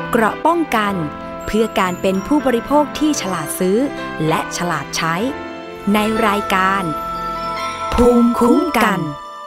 เกราะป้องกันเพื่อการเป็นผู้บริโภคที่ฉลาดซื้อและฉลาดใช้ในรายการภูมิคุ้มกัน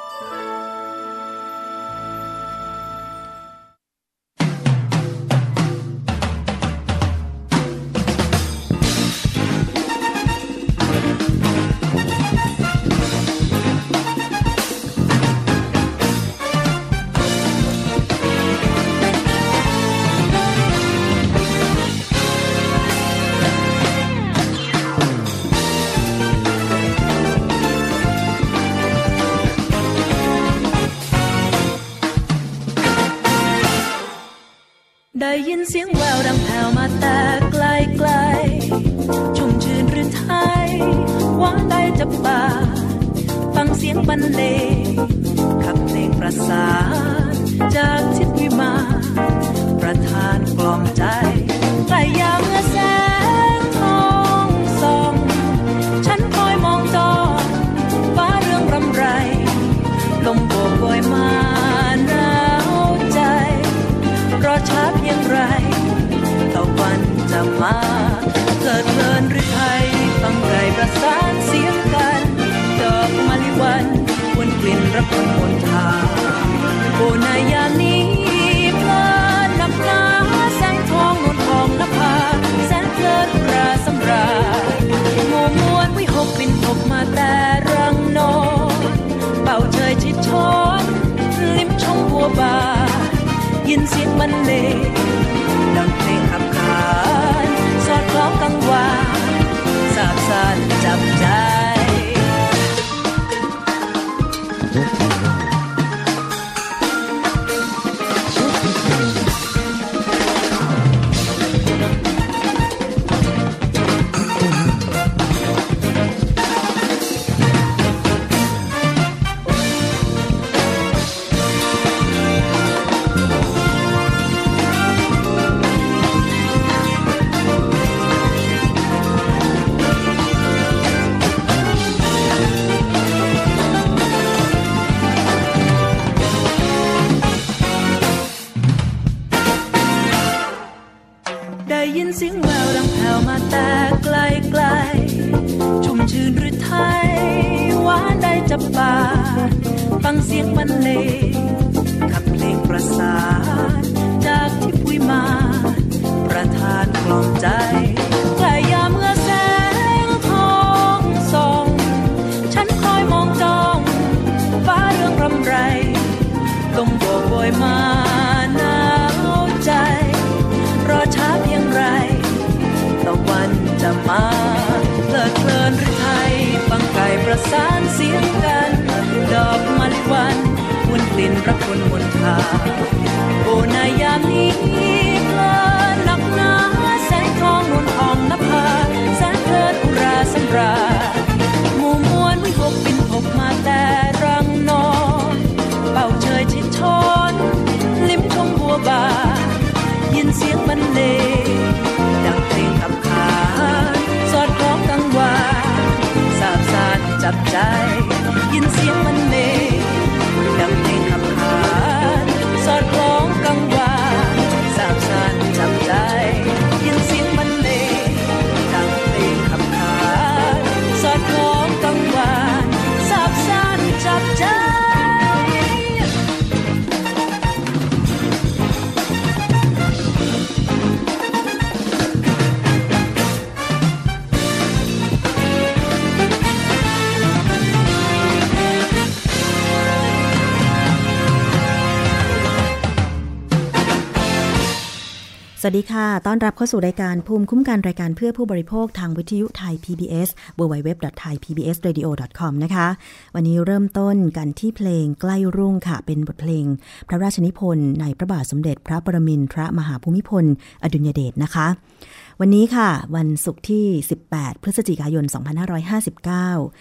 ได้ยินเสียงแววดังแผ่วมาแต่ไกลไกลชุ่มชื่นหรือไทยหวานได้จับตาฟังเสียงบรรเลงขับเพลงประสานจากทิศวิมานประทานกล่อมใจใกล้ยามเมื่อแสงทองส่องฉันคอยมองจอฟ้าเรื่องรำไรลมโบกโบยมาหนาวใจรอช้าเพียงไรตะวันจะมาเพลิดเพลินหรือไทยฟังไกลประสานเสียงกันดอกมะลิวันวนกลิ่นระพนมนทาโบนายามนี้เพลินนับนาแสงทองนวลทองนภาแสนเพลินราสำราญโมมวนวิหกบินพบมาแต่รังนอนเป่าเชยชิดช้อนลิ้มชมบัวบานยินเสียงบรรเลงดังเพลงขับขานสอดคล้องกังวานสาบซ่านจับใจยินเสียงแววดังแผ่วมาแต่ไกลไกลชุ่มชื่นหรือไทยหวานได้จับปาฟังเสียงบรรเลงขับเพลงประสานจากทิพวิมานประทานกล่อมใจใกล้ยามเมื่อแสงทองส่องฉันคอยมองจ้องฟ้าเรื่องรำไรลมโบกโบยมาหนาวใจรอช้าเพียงไรตะวันจะมาเพลิดเพลินหรือไทยฟังไก่ประสานเสียงกันดอกมะลิวันวนกลิ่นรักคนมนทาโอ้นายามนี้เพลินนักหนาแสงทองนวลทองนภาแสนเพลินอุราสำราญหมู่มวลวิหกบินพบมาแต่รังนอนเป่าเชยชิดช้อนลิ้มชมบัวบานยินเสียงบรรเลงดังเพลงขับขานสอดคล้องกังวานสาบซ่านจับใจยินเสียงบรรเลงดังเพลงขับขานสอดคล้องกังวานสาบซ่านจับใจยินเสียงบรรเลงดังเพลงขับขานสอดคล้องกังวานสาบซ่านจับใจสวัสดีค่ะต้อนรับเข้าสู่รายการภูมิคุ้มกันรายการเพื่อผู้บริโภคทางวิทยุไทย PBS www.thaipbsradio.com นะคะวันนี้เริ่มต้นกันที่เพลงใกล้รุ่งค่ะเป็นบทเพลงพระราชนิพนธ์ในพระบาทสมเด็จพระปรมินทรมหาภูมิพลอดุลยเดชนะคะวันนี้ค่ะวันศุกร์ที่18พฤศจิกายน2559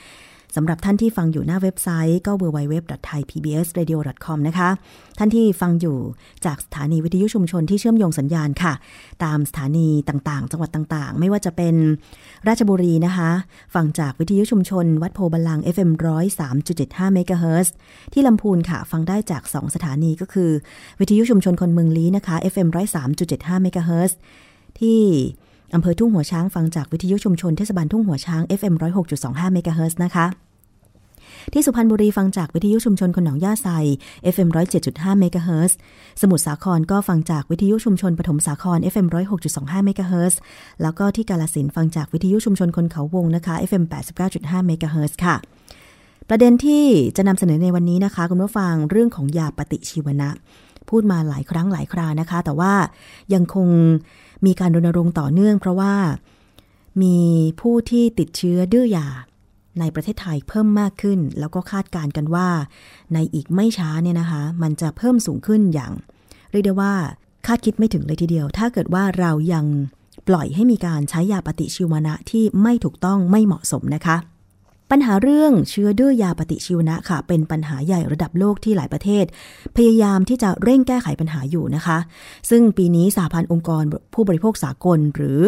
สำหรับท่านที่ฟังอยู่หน้าเว็บไซต์ก็ www.thaipbsradio.com นะคะท่านที่ฟังอยู่จากสถานีวิทยุชุมชนที่เชื่อมโยงสัญญาณค่ะตามสถานีต่างๆจังหวัดต่างๆไม่ว่าจะเป็นราชบุรีนะคะฟังจากวิทยุชุมชนวัดโพธิ์บัลลังก์ FM 103.75 เมกะเฮิรตซ์ที่ลำพูนค่ะฟังได้จาก2สถานีก็คือวิทยุชุมชนคนเมืองลี้นะคะ FM 103.75 เมกะเฮิรตซ์ที่อำเภอทุ่งหัวช้างฟังจากวิทยุชุมชนเทศบาลทุ่งหัวช้าง FM 106.25 เมกะเฮิรตซ์นะคะที่สุพรรณบุรีฟังจากวิทยุชุมชนคนหนองย่าไซ FM 107.5 เมกะเฮิรตซ์สมุทรสาครก็ฟังจากวิทยุชุมชนปฐมสาคร FM 106.25 เมกะเฮิรตซ์แล้วก็ที่กาฬสินธุ์ฟังจากวิทยุชุมชนคนเขาวงนะคะ FM 89.5 เมกะเฮิรตซ์ค่ะประเด็นที่จะนำเสนอในวันนี้นะคะคุณผู้ฟังเรื่องของยาปฏิชีวนะพูดมาหลายครั้งหลายครานะคะแต่ว่ายังคงมีการรณรงค์ต่อเนื่องเพราะว่ามีผู้ที่ติดเชื้อดื้อยาในประเทศไทยเพิ่มมากขึ้นแล้วก็คาดการณ์กันว่าในอีกไม่ช้าเนี่ยนะคะมันจะเพิ่มสูงขึ้นอย่างเรียกได้ว่าคาดคิดไม่ถึงเลยทีเดียวถ้าเกิดว่าเรายังปล่อยให้มีการใช้ยาปฏิชีวนะที่ไม่ถูกต้องไม่เหมาะสมนะคะปัญหาเรื่องเชื้อดื้อยาปฏิชีวนะค่ะเป็นปัญหาใหญ่ระดับโลกที่หลายประเทศพยายามที่จะเร่งแก้ไขปัญหาอยู่นะคะซึ่งปีนี้สหพันธ์องค์กรผู้บริโภคสากลหรือ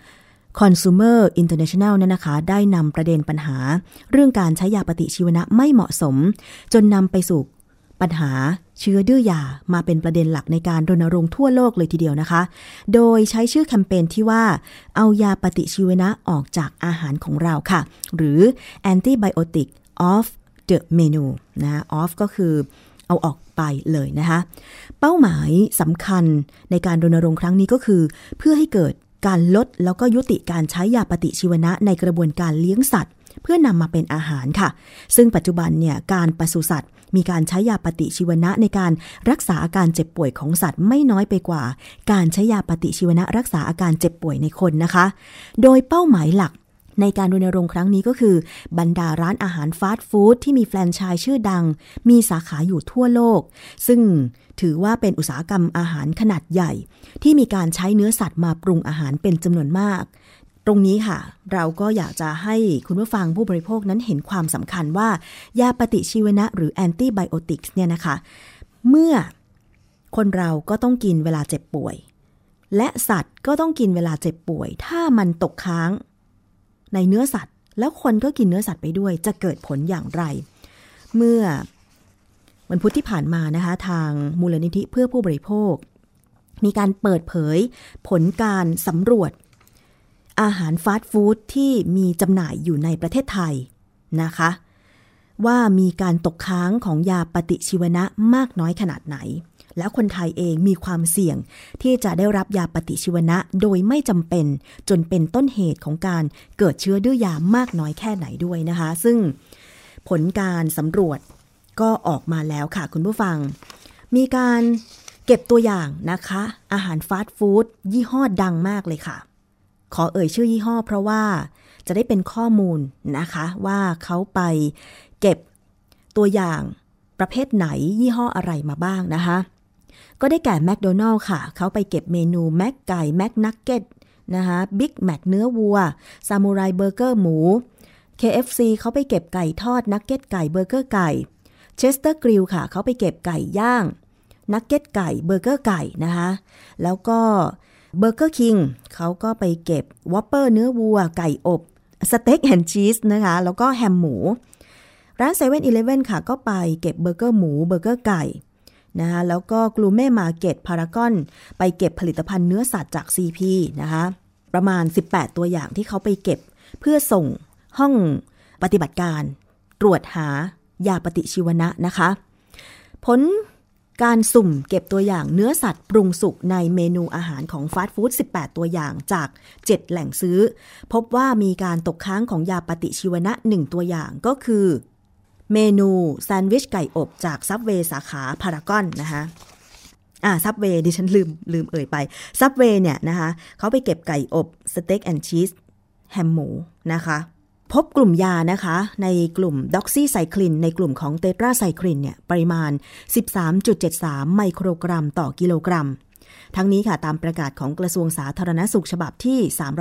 Consumer International เนี่ยนะคะได้นำประเด็นปัญหาเรื่องการใช้ยาปฏิชีวนะไม่เหมาะสมจนนำไปสู่ปัญหาเชื้อดื้อยามาเป็นประเด็นหลักในการรณรงค์ทั่วโลกเลยทีเดียวนะคะโดยใช้ชื่อแคมเปญที่ว่าเอายาปฏิชีวนะออกจากอาหารของเราค่ะหรือ Antibiotic off the menu นะ off ก็คือเอาออกไปเลยนะคะเป้าหมายสำคัญในการรณรงค์ครั้งนี้ก็คือเพื่อให้เกิดการลดแล้วก็ยุติการใช้ยาปฏิชีวนะในกระบวนการเลี้ยงสัตว์เพื่อนำมาเป็นอาหารค่ะซึ่งปัจจุบันเนี่ยการปศุสัตว์มีการใช้ยาปฏิชีวนะในการรักษาอาการเจ็บป่วยของสัตว์ไม่น้อยไปกว่าการใช้ยาปฏิชีวนะรักษาอาการเจ็บป่วยในคนนะคะโดยเป้าหมายหลักในการรณรงค์ครั้งนี้ก็คือบรรดาร้านอาหารฟาสต์ฟู้ดที่มีแฟรนไชส์ชื่อดังมีสาขาอยู่ทั่วโลกซึ่งถือว่าเป็นอุตสาหกรรมอาหารขนาดใหญ่ที่มีการใช้เนื้อสัตว์มาปรุงอาหารเป็นจำนวนมากตรงนี้ค่ะเราก็อยากจะให้คุณผู้ฟังผู้บริโภคนั้นเห็นความสำคัญว่ายาปฏิชีวนะหรือแอนติไบโอติกส์เนี่ยนะคะเมื่อคนเราก็ต้องกินเวลาเจ็บป่วยและสัตว์ก็ต้องกินเวลาเจ็บป่วยถ้ามันตกค้างในเนื้อสัตว์แล้วคนก็กินเนื้อสัตว์ไปด้วยจะเกิดผลอย่างไรเมื่อวันพุธที่ผ่านมานะคะทางมูลนิธิเพื่อผู้บริโภคมีการเปิดเผยผลการสำรวจอาหารฟาสต์ฟู้ดที่มีจำหน่ายอยู่ในประเทศไทยนะคะว่ามีการตกค้างของยาปฏิชีวนะมากน้อยขนาดไหนแล้วคนไทยเองมีความเสี่ยงที่จะได้รับยาปฏิชีวนะโดยไม่จำเป็นจนเป็นต้นเหตุของการเกิดเชื้อดื้อยามากน้อยแค่ไหนด้วยนะคะซึ่งผลการสำรวจก็ออกมาแล้วค่ะคุณผู้ฟังมีการเก็บตัวอย่างนะคะอาหารฟาสต์ฟู้ดยี่ห้อดังมากเลยค่ะขอเอ่ยชื่อยี่ห้อเพราะว่าจะได้เป็นข้อมูลนะคะว่าเขาไปเก็บตัวอย่างประเภทไหนยี่ห้ออะไรมาบ้างนะคะก็ได้แก่แมคโดนัลด์ค่ะเขาไปเก็บเมนูแมคไก่แมคนักเก็ตนะคะบิ๊กแมคเนื้อวัวซามูไรเบอร์เกอร์หมู KFC เขาไปเก็บไก่ทอดนักเก็ตไก่เบอร์เกอร์ไก่เชสเตอร์กริลค่ะเขาไปเก็บไก่ย่างนักเก็ตไก่เบอร์เกอร์ไก่นะคะแล้วก็เบอร์เกอร์คิงเขาก็ไปเก็บวอปเปอร์เนื้อวัวไก่อบสเต็กแอนด์ชีสนะคะแล้วก็แฮมหมูร้าน 7-Eleven ค่ะก็ไปเก็บเบอร์เกอร์หมูเบอร์เกอร์ไก่นะคะแล้วก็กลูเม่มาร์เก็ตพารากอนไปเก็บผลิตภัณฑ์เนื้อสัตว์จาก CP นะคะประมาณ18ตัวอย่างที่เขาไปเก็บเพื่อส่งห้องปฏิบัติการตรวจหายาปฏิชีวนะนะคะผลการสุ่มเก็บตัวอย่างเนื้อสัตว์ปรุงสุกในเมนูอาหารของฟาสต์ฟู้ด18ตัวอย่างจาก7แหล่งซื้อพบว่ามีการตกค้างของยาปฏิชีวนะ1ตัวอย่างก็คือเมนูแซนด์วิชไก่อบจากซับเวย์สาขาพารากอนนะคะซับเวย์ดิฉันลืมเอ่ยไปซับเวย์เนี่ยนะคะเขาไปเก็บไก่อบสเต็กแอนด์ชีสแฮมหมูนะคะพบกลุ่มยานะคะในกลุ่มด็อกซี่ไซคลินในกลุ่มของเตตราไซคลินเนี่ยปริมาณ 13.73 ไมโครกรัมต่อกิโลกรัมทั้งนี้ค่ะตามประกาศของกระทรวงสาธารณสุขฉบับที่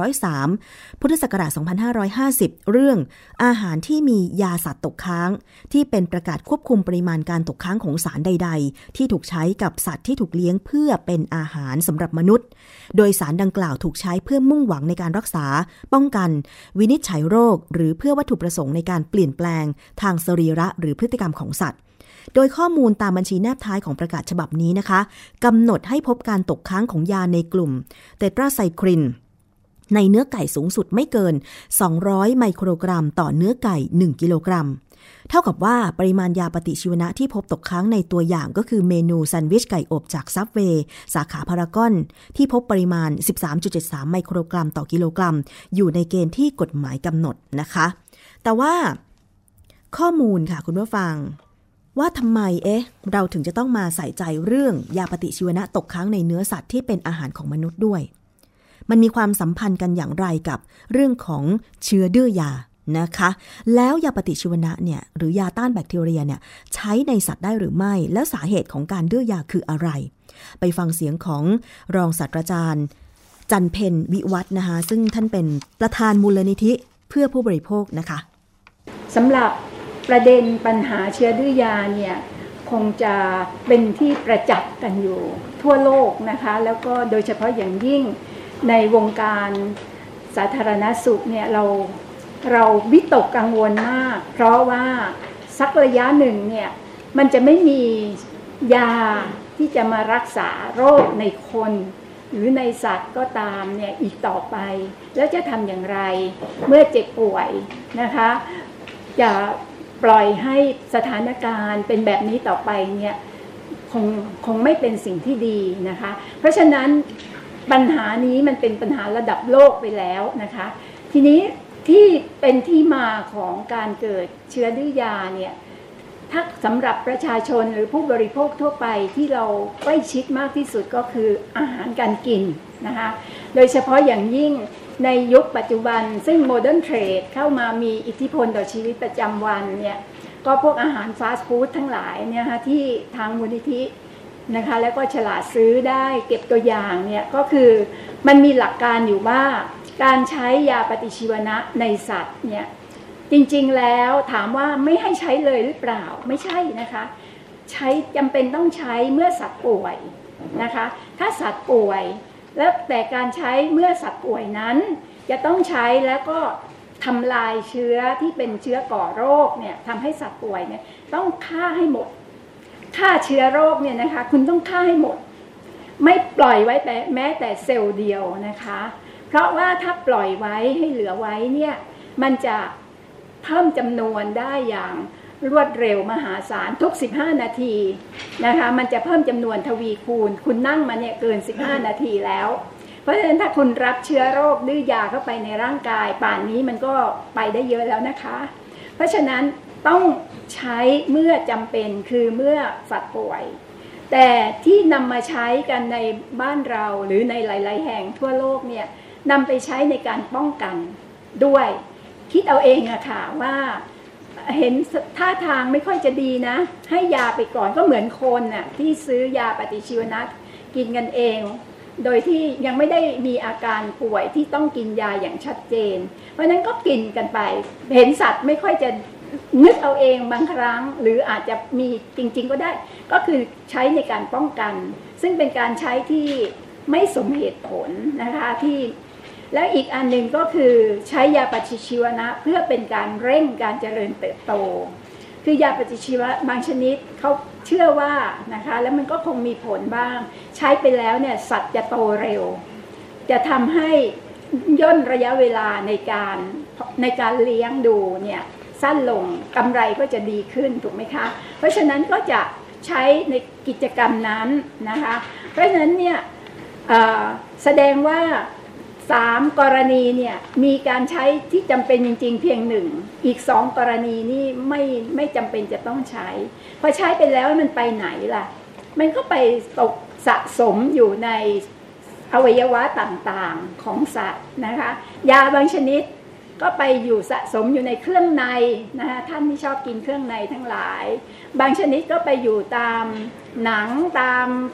303พุทธศักราช2550เรื่องอาหารที่มียาสัตว์ตกค้างที่เป็นประกาศควบคุมปริมาณการตกค้างของสารใดๆที่ถูกใช้กับสัตว์ที่ถูกเลี้ยงเพื่อเป็นอาหารสำหรับมนุษย์โดยสารดังกล่าวถูกใช้เพื่อมุ่งหวังในการรักษาป้องกันวินิจฉัยโรคหรือเพื่อวัตถุประสงค์ในการเปลี่ยนแปลงทางสรีระหรือพฤติกรรมของสัตว์โดยข้อมูลตามบัญชีแนบท้ายของประกาศฉบับนี้นะคะกำหนดให้พบการตกค้างของยาในกลุ่มเตตราไซคลินในเนื้อไก่สูงสุดไม่เกิน200ไมโครกรัมต่อเนื้อไก่1กิโลกรัมเท่ากับว่าปริมาณยาปฏิชีวนะที่พบตกค้างในตัวอย่างก็คือเมนูแซนด์วิชไก่อบจากซับเวย์สาขาพารากอนที่พบปริมาณ 13.73 ไมโครกรัมต่อกิโลกรัมอยู่ในเกณฑ์ที่กฎหมายกำหนดนะคะแต่ว่าข้อมูลค่ะคุณผู้ฟังว่าทำไมเราถึงจะต้องมาใส่ใจเรื่องยาปฏิชีวนะตกค้างในเนื้อสัตว์ที่เป็นอาหารของมนุษย์ด้วยมันมีความสัมพันธ์กันอย่างไรกับเรื่องของเชื้อดื้อยานะคะแล้วยาปฏิชีวนะเนี่ยหรือยาต้านแบคทีเรียเนี่ยใช้ในสัตว์ได้หรือไม่แล้วสาเหตุของการดื้อยาคืออะไรไปฟังเสียงของรองศาสตราจารย์จันเพ็ญวิวัฒน์นะคะซึ่งท่านเป็นประธานมูลนิธิเพื่อผู้บริโภคนะคะสำหรับประเด็นปัญหาเชื้อดื้อยาเนี่ยคงจะเป็นที่ประจักษ์กันอยู่ทั่วโลกนะคะแล้วก็โดยเฉพาะอย่างยิ่งในวงการสาธารณสุขเนี่ยเราวิตกกังวลมากเพราะว่าสักระยะหนึ่งเนี่ยมันจะไม่มียาที่จะมารักษาโรคในคนหรือในสัตว์ก็ตามเนี่ยอีกต่อไปแล้วจะทำอย่างไรเมื่อเจ็บป่วยนะคะจะปล่อยให้สถานการณ์เป็นแบบนี้ต่อไปเนี่ยคงไม่เป็นสิ่งที่ดีนะคะเพราะฉะนั้นปัญหานี้มันเป็นปัญหาระดับโลกไปแล้วนะคะทีนี้ที่เป็นที่มาของการเกิดเชื้อดื้อยาเนี่ยถ้าสำหรับประชาชนหรือผู้บริโภคทั่วไปที่เราใกล้ชิดมากที่สุดก็คืออาหารการกินนะคะโดยเฉพาะอย่างยิ่งในยุคปัจจุบันซึ่งโมเดิร์นเทรดเข้ามามีอิทธิพลต่อชีวิตประจำวันเนี่ยก็พวกอาหารฟาสต์ฟู้ดทั้งหลายเนี่ยค่ะที่ทางมูลนิธินะคะแล้วก็ฉลาดซื้อได้เก็บตัวอย่างเนี่ยก็คือมันมีหลักการอยู่ว่าการใช้ยาปฏิชีวนะในสัตว์เนี่ยจริงๆแล้วถามว่าไม่ให้ใช้เลยหรือเปล่าไม่ใช่นะคะใช้จำเป็นต้องใช้เมื่อสัตว์ป่วยนะคะถ้าสัตว์ป่วยแล้วแต่การใช้เมื่อสัตว์ป่วยนั้นจะต้องใช้แล้วก็ทำลายเชื้อที่เป็นเชื้อก่อโรคเนี่ยทำให้สัตว์ป่วยเนี่ยต้องฆ่าให้หมดฆ่าเชื้อโรคเนี่ยนะคะคุณต้องฆ่าให้หมดไม่ปล่อยไว้แต่แม้แต่เซลล์เดียวนะคะเพราะว่าถ้าปล่อยไว้ให้เหลือไว้เนี่ยมันจะเพิ่มจำนวนได้อย่างรวดเร็วมหาศาลทุก15นาทีนะคะมันจะเพิ่มจำนวนทวีคูณคุณนั่งมาเนี่ยเกิน15นาทีแล้วเพราะฉะนั้นถ้าคุณรับเชื้อโรคดื้อยาเข้าไปในร่างกายป่านนี้มันก็ไปได้เยอะแล้วนะคะเพราะฉะนั้นต้องใช้เมื่อจำเป็นคือเมื่อสัตว์ป่วยแต่ที่นำมาใช้กันในบ้านเราหรือในหลายๆแห่งทั่วโลกเนี่ยนำไปใช้ในการป้องกันด้วยคิดเอาเองอะค่ะว่าเห็นท่าทางไม่ค่อยจะดีนะให้ยาไปก่อนก็เหมือนคนน่ะที่ซื้อยาปฏิชีวนะกินกันเองโดยที่ยังไม่ได้มีอาการป่วยที่ต้องกินยาอย่างชัดเจนเพราะนั้นก็กินกันไปเห็นสัตว์ไม่ค่อยจะนึกเอาเองบางครั้งหรืออาจจะมีจริงๆก็ได้ก็คือใช้ในการป้องกันซึ่งเป็นการใช้ที่ไม่สมเหตุผลนะคะที่แล้วอีกอันหนึ่งก็คือใช้ยาปฏิชีวนะเพื่อเป็นการเร่งการเจริญเติบโตคือยาปฏิชีวนะบางชนิดเขาเชื่อว่านะคะแล้วมันก็คงมีผลบ้างใช้ไปแล้วเนี่ยสัตว์จะโตเร็วจะทำให้ย่นระยะเวลาในการเลี้ยงดูเนี่ยสั้นลงกำไรก็จะดีขึ้นถูกไหมคะเพราะฉะนั้นก็จะใช้ในกิจกรรมนั้นนะคะเพราะฉะนั้นเนี่ยแสดงว่า3กรณีเนี่ยมีการใช้ที่จำเป็นจริงๆเพียง1อีก2กรณีนี่ไม่จำเป็นจะต้องใช้พอใช้ไปแล้วมันไปไหนล่ะมันก็ไปตกสะสมอยู่ในอวัยวะต่างๆของสัตว์นะคะยาบางชนิดก็ไปอยู่สะสมอยู่ในเครื่องในนะคะท่านที่ชอบกินเครื่องในทั้งหลายบางชนิดก็ไปอยู่ตามหนังตาม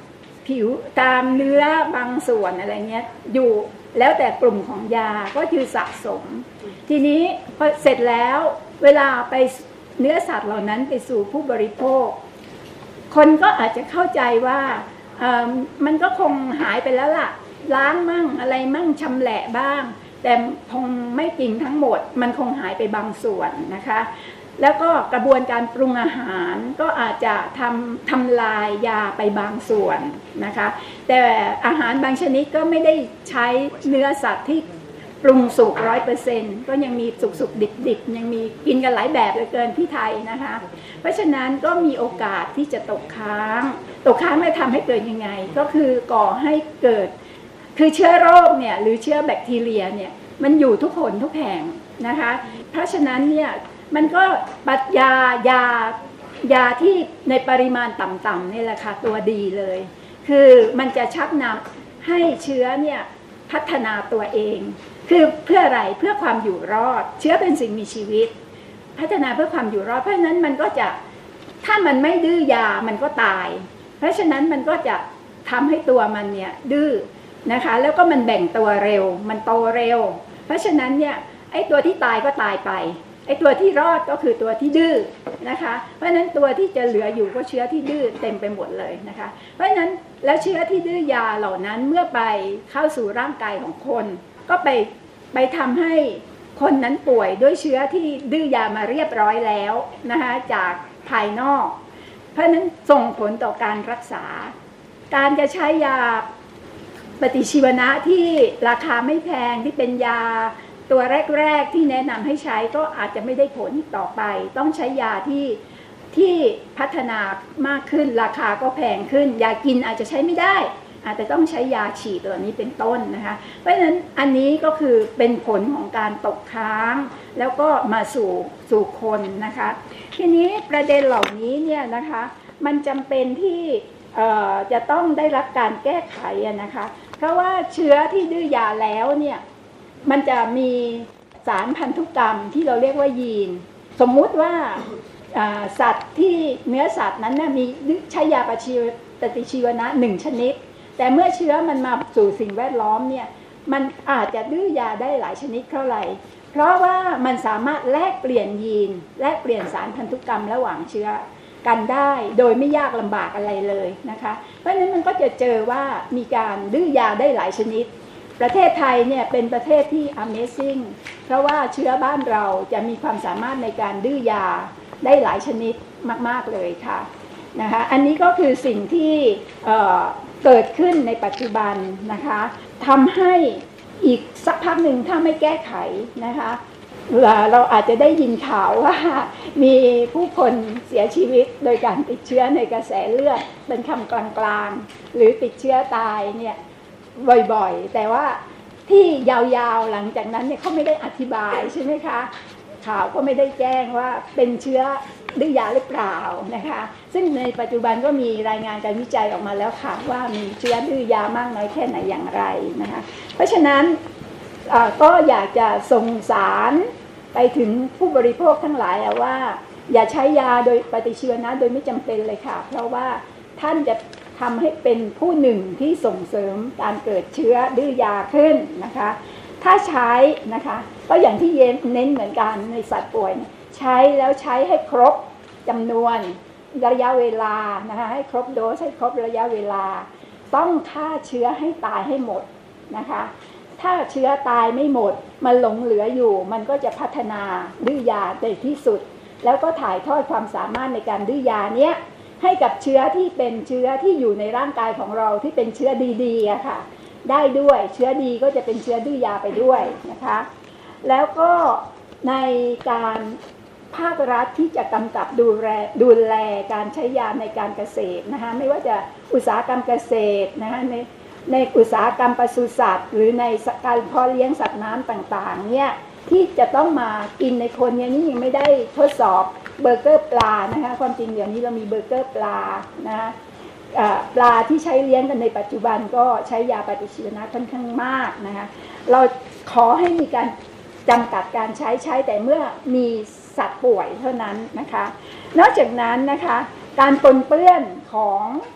ผิวตามเนื้อบางส่วนอะไรเงี้ยอยู่แล้วแต่กลุ่มของยาก็คือสะสมทีนี้พอเสร็จแล้วเวลาไปเนื้อสัตว์เหล่านั้นไปสู่ผู้บริโภคคนก็อาจจะเข้าใจว่ามันก็คงหายไปแล้วล่ะล้างมั่งอะไรมั่งชำแหละบ้างแต่คงไม่จริงทั้งหมดมันคงหายไปบางส่วนนะคะแล้วก็กระบวนการปรุงอาหารก็อาจจะทำลายยาไปบางส่วนนะคะแต่อาหารบางชนิดก็ไม่ได้ใช้เนื้อสัตว์ที่ปรุงสุก 100% ก็ยังมีสุกๆดิบๆยังมีกินกันหลายแบบเหลือเกินที่ไทยนะคะเพราะฉะนั้นก็มีโอกาสที่จะตกค้างไม่ทำให้เกิดยังไงก็คือก่อให้เกิดคือเชื้อโรคเนี่ยหรือเชื้อแบคทีเรียเนี่ยมันอยู่ทุกคนทุกแห่งนะคะเพราะฉะนั้นเนี่ยมันก็ปัดยาที่ในปริมาณต่ำๆนี่แหละค่ะตัวดีเลยคือมันจะชักนำให้เชื้อเนี่ยพัฒนาตัวเองคือเพื่ออะไรเพื่อความอยู่รอดเชื้อเป็นสิ่งมีชีวิตพัฒนาเพื่อความอยู่รอดเพราะฉะนั้นมันก็จะถ้ามันไม่ดื้อยามันก็ตายเพราะฉะนั้นมันก็จะทำให้ตัวมันเนี่ยดื้อนะคะแล้วก็มันแบ่งตัวเร็วมันโตเร็วเพราะฉะนั้นเนี่ยไอ้ตัวที่ตายก็ตายไปไอ้ตัวที่รอดก็คือตัวที่ดื้อนะคะเพราะฉะนั้นตัวที่จะเหลืออยู่ก็เชื้อที่ดื้อเต็มไปหมดเลยนะคะเพราะฉะนั้นแล้วเชื้อที่ดื้อยาเหล่านั้นเมื่อไปเข้าสู่ร่างกายของคนก็ไปทำให้คนนั้นป่วยด้วยเชื้อที่ดื้อยามาเรียบร้อยแล้วนะคะจากภายนอกเพราะฉะนั้นส่งผลต่อการรักษาการจะใช้ยาปฏิชีวนะที่ราคาไม่แพงที่เป็นยาตัวแรกๆที่แนะนำให้ใช้ก็อาจจะไม่ได้ผลอีกต่อไปต้องใช้ยาที่พัฒนามากขึ้นราคาก็แพงขึ้นยากินอาจจะใช้ไม่ได้อาจจะต้องใช้ยาฉีดตัวนี้เป็นต้นนะคะเพราะฉะนั้นอันนี้ก็คือเป็นผลของการตกค้างแล้วก็มาสู่คนนะคะทีนี้ประเด็นเหล่านี้เนี่ยนะคะมันจำเป็นที่จะต้องได้รับการแก้ไขนะคะเพราะว่าเชื้อที่ดื้อยาแล้วเนี่ยมันจะมีสารพันธุกรรมที่เราเรียกว่ายีนสมมุติว่าสัตว์ที่เนื้อสัตว์นั้นนะมีใช้ยาปฏิชีวนะ1ชนิดแต่เมื่อเชื้อมันมาสู่สิ่งแวดล้อมเนี่ยมันอาจจะดื้อยาได้หลายชนิดเท่าไหร่เพราะว่ามันสามารถแลกเปลี่ยนยีนแลกเปลี่ยนสารพันธุกรรมระหว่างเชื้อกันได้โดยไม่ยากลำบากอะไรเลยนะคะเพราะฉะนั้นมันก็จะเจอว่ามีการดื้อยาได้หลายชนิดประเทศไทยเนี่ยเป็นประเทศที่ Amazing เพราะว่าเชื้อบ้านเราจะมีความสามารถในการดื้อยาได้หลายชนิดมากๆเลยค่ะนะคะอันนี้ก็คือสิ่งที่เกิดขึ้นในปัจจุบันนะคะทำให้อีกสักพักหนึ่งถ้าไม่แก้ไขนะคะเราอาจจะได้ยินข่าวว่ามีผู้คนเสียชีวิตโดยการติดเชื้อในกระแสเลือดเป็นคำกลางๆหรือติดเชื้อตายเนี่ยบ่อยๆแต่ว่าที่ยาวๆหลังจากนั้นเนี่ยเขาไม่ได้อธิบายใช่ไหมคะข่าวก็ไม่ได้แจ้งว่าเป็นเชื้อดื้อยาหรือเปล่านะคะซึ่งในปัจจุบันก็มีรายงานการวิจัยออกมาแล้วค่ะว่ามีเชื้อดื้อยามากน้อยแค่ไหนอย่างไรนะคะเพราะฉะนั้นก็อยากจะส่งสารไปถึงผู้บริโภคทั้งหลายว่าอย่าใช้ยาโดยปฏิชีวนะโดยไม่จำเป็นเลยค่ะเพราะว่าท่านจะทำให้เป็นผู้หนึ่งที่ส่งเสริมการเกิดเชื้อดื้อยาขึ้นนะคะถ้าใช้นะคะก็อย่างที่เน้นเหมือนกันในสัตว์ป่วยใช้แล้วใช้ให้ครบจำนวนระยะเวลานะคะให้ครบโดสให้ครบระยะเวลาต้องฆ่าเชื้อให้ตายให้หมดนะคะถ้าเชื้อตายไม่หมดมันหลงเหลืออยู่มันก็จะพัฒนาดื้อยาในที่สุดแล้วก็ถ่ายทอดความสามารถในการดื้อยาเนี้ยให้กับเชื้อที่เป็นเชื้อที่อยู่ในร่างกายของเราที่เป็นเชื้อดีๆอะค่ะได้ด้วยเชื้อดีก็จะเป็นเชื้อดื้อยาไปด้วยนะคะแล้วก็ในการภาครัฐที่จะกำกับดูแลการใช้ยาในการเกษตรนะคะไม่ว่าจะอุตสาหกรรมเกษตรนะคะในอุตสาหกรรมปศุสัตว์หรือในการเพาะเลี้ยงสัตว์น้ำต่างๆเนี่ยที่จะต้องมากินในคนเนี่ยนี่ยังไม่ได้ทดสอบเบอร์เกอร์ปลานะคะความจริงเดี๋ยวนี้เรามีเบอร์เกอร์ปลานะปลาที่ใช้เลี้ยงกันในปัจจุบันก็ใช้ยาปฏิชีวนะค่อนข้างมากนะคะเราขอให้มีการจำกัดการใช้แต่เมื่อมีสัตว์ป่วยเท่านั้นนะคะนอกจากนั้นนะคะการปนเปื้อนของ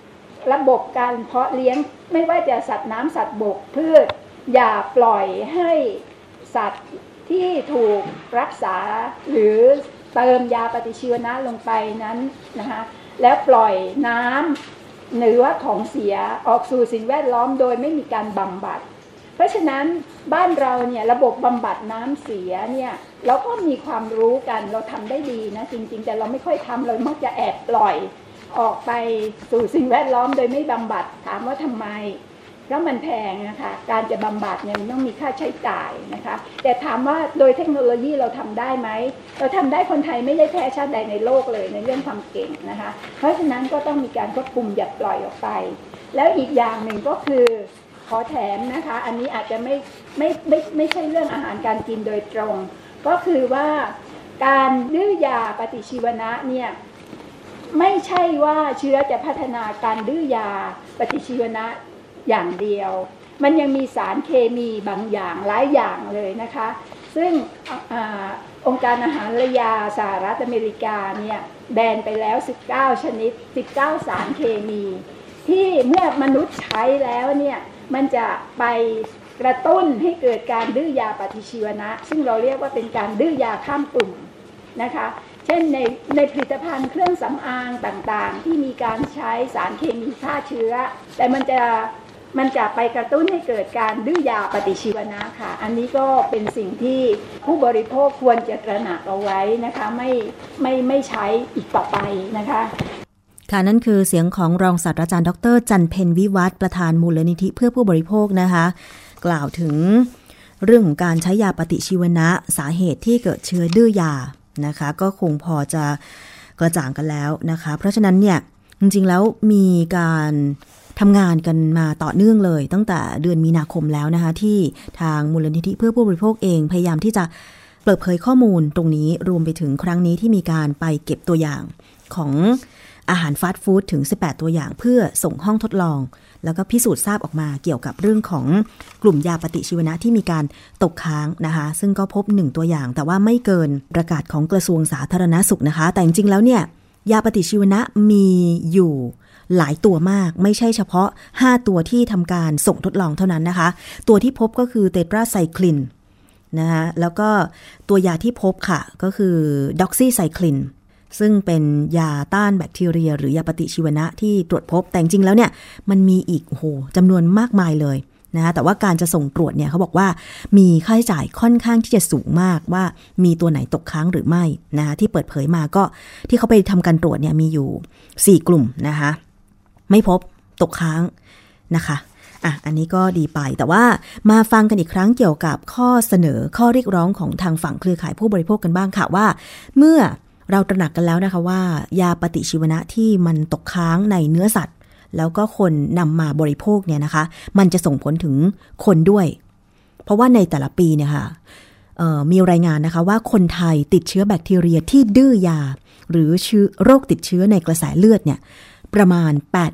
ระบบการเพาะเลี้ยงไม่ว่าจะสัตว์น้ำสัตว์บกพืชอย่าปล่อยให้สัตว์ที่ถูกรักษาหรือเติมยาปฏิชีวนะลงไปนั้นนะคะแล้วปล่อยน้ำหรือว่าของเสียออกสู่สิ่งแวดล้อมโดยไม่มีการบำบัดเพราะฉะนั้นบ้านเราเนี่ยระบบบำบัดน้ำเสียเนี่ยเราก็มีความรู้กันเราทำได้ดีนะจริงๆแต่เราไม่ค่อยทำเรามักจะแอบปล่อยออกไปสู่สิ่งแวดล้อมโดยไม่บำบัดถามว่าทำไมเพราะมันแพงนะคะการจะบำบัดเนี่ยมันต้องมีค่าใช้จ่ายนะคะแต่ถามว่าโดยเทคโนโลยีเราทำได้ไหมเราทำได้คนไทยไม่ได้แพ้ชาติใดในโลกเลยในเรื่องความเก่งนะคะเพราะฉะนั้นก็ต้องมีการควบคุมอย่าปล่อยออกไปแล้วอีกอย่างหนึ่งก็คือขอแถมนะคะอันนี้อาจจะไม่ใช่เรื่องอาหารการกินโดยตรงก็คือว่าการดื้อยาปฏิชีวนะเนี่ยไม่ใช่ว่าเชื้อจะพัฒนาการดื้อยาปฏิชีวนะอย่างเดียวมันยังมีสารเคมีบางอย่างหลายอย่างเลยนะคะซึ่งองค์การอาหารและยาสหรัฐอเมริกาเนี่ยแบนไปแล้ว19ชนิด19สารเคมีที่เมื่อมนุษย์ใช้แล้วเนี่ยมันจะไปกระตุ้นให้เกิดการดื้อยาปฏิชีวนะซึ่งเราเรียกว่าเป็นการดื้อยาข้ามกลุ่มนะคะเช่นในผลิตภัณฑ์เครื่องสำอางต่างๆที่มีการใช้สารเคมีฆ่าเชื้อแต่มันจะไปกระตุ้นให้เกิดการดื้อยาปฏิชีวนะค่ะอันนี้ก็เป็นสิ่งที่ผู้บริโภคควรจะตระหนักเอาไว้นะคะไม่ใช้อีกต่อไปนะคะค่ะนั่นคือเสียงของรองศาสตราจารย์ดร.จันเพ็ญวิวัฒน์ประธานมูลนิธิเพื่อผู้บริโภคนะคะกล่าวถึงเรื่องของการใช้ยาปฏิชีวนะสาเหตุที่เกิดเชื้อดื้อยานะคะก็คงพอจะกระจ่างกันแล้วนะคะเพราะฉะนั้นเนี่ยจริงๆแล้วมีการทำงานกันมาต่อเนื่องเลยตั้งแต่เดือนมีนาคมแล้วนะคะที่ทางมูลนิธิเพื่อผู้บริโภคเองพยายามที่จะเปิดเผยข้อมูลตรงนี้รวมไปถึงครั้งนี้ที่มีการไปเก็บตัวอย่างของอาหารฟาสต์ฟู้ดถึง18ตัวอย่างเพื่อส่งห้องทดลองแล้วก็พิสูจน์ทราบออกมาเกี่ยวกับเรื่องของกลุ่มยาปฏิชีวนะที่มีการตกค้างนะคะซึ่งก็พบ1ตัวอย่างแต่ว่าไม่เกินประกาศของกระทรวงสาธารณสุขนะคะแต่จริงๆแล้วเนี่ยยาปฏิชีวนะมีอยู่หลายตัวมากไม่ใช่เฉพาะ5ตัวที่ทำการส่งทดลองเท่านั้นนะคะตัวที่พบก็คือเตตราไซคลินนะคะแล้วก็ตัวยาที่พบค่ะก็คือด็อกซี่ไซคลินซึ่งเป็นยาต้านแบคทีเรียหรือยาปฏิชีวนะที่ตรวจพบแต่จริงๆแล้วเนี่ยมันมีอีกจำนวนมากมายเลยนะคะแต่ว่าการจะส่งตรวจเนี่ยเขาบอกว่ามีค่าใช้จ่ายค่อนข้างที่จะสูงมากว่ามีตัวไหนตกค้างหรือไม่นะคะที่เปิดเผยมาก็ที่เขาไปทำการตรวจเนี่ยมีอยู่4กลุ่มนะคะไม่พบตกค้างนะคะอันนี้ก็ดีไปแต่ว่ามาฟังกันอีกครั้งเกี่ยวกับข้อเสนอข้อเรียกร้องของทางฝั่งเครือข่ายผู้บริโภคกันบ้างค่ะว่าเมื่อเราตระหนักกันแล้วนะคะว่ายาปฏิชีวนะที่มันตกค้างในเนื้อสัตว์แล้วก็คนนำมาบริโภคเนี่ยนะคะมันจะส่งผลถึงคนด้วยเพราะว่าในแต่ละปีเนี่ยค่ะมีรายงานนะคะว่าคนไทยติดเชื้อแบคทีเรียที่ดื้อยาหรือโรคติดเชื้อในกระแสเลือดเนี่ยประมาณ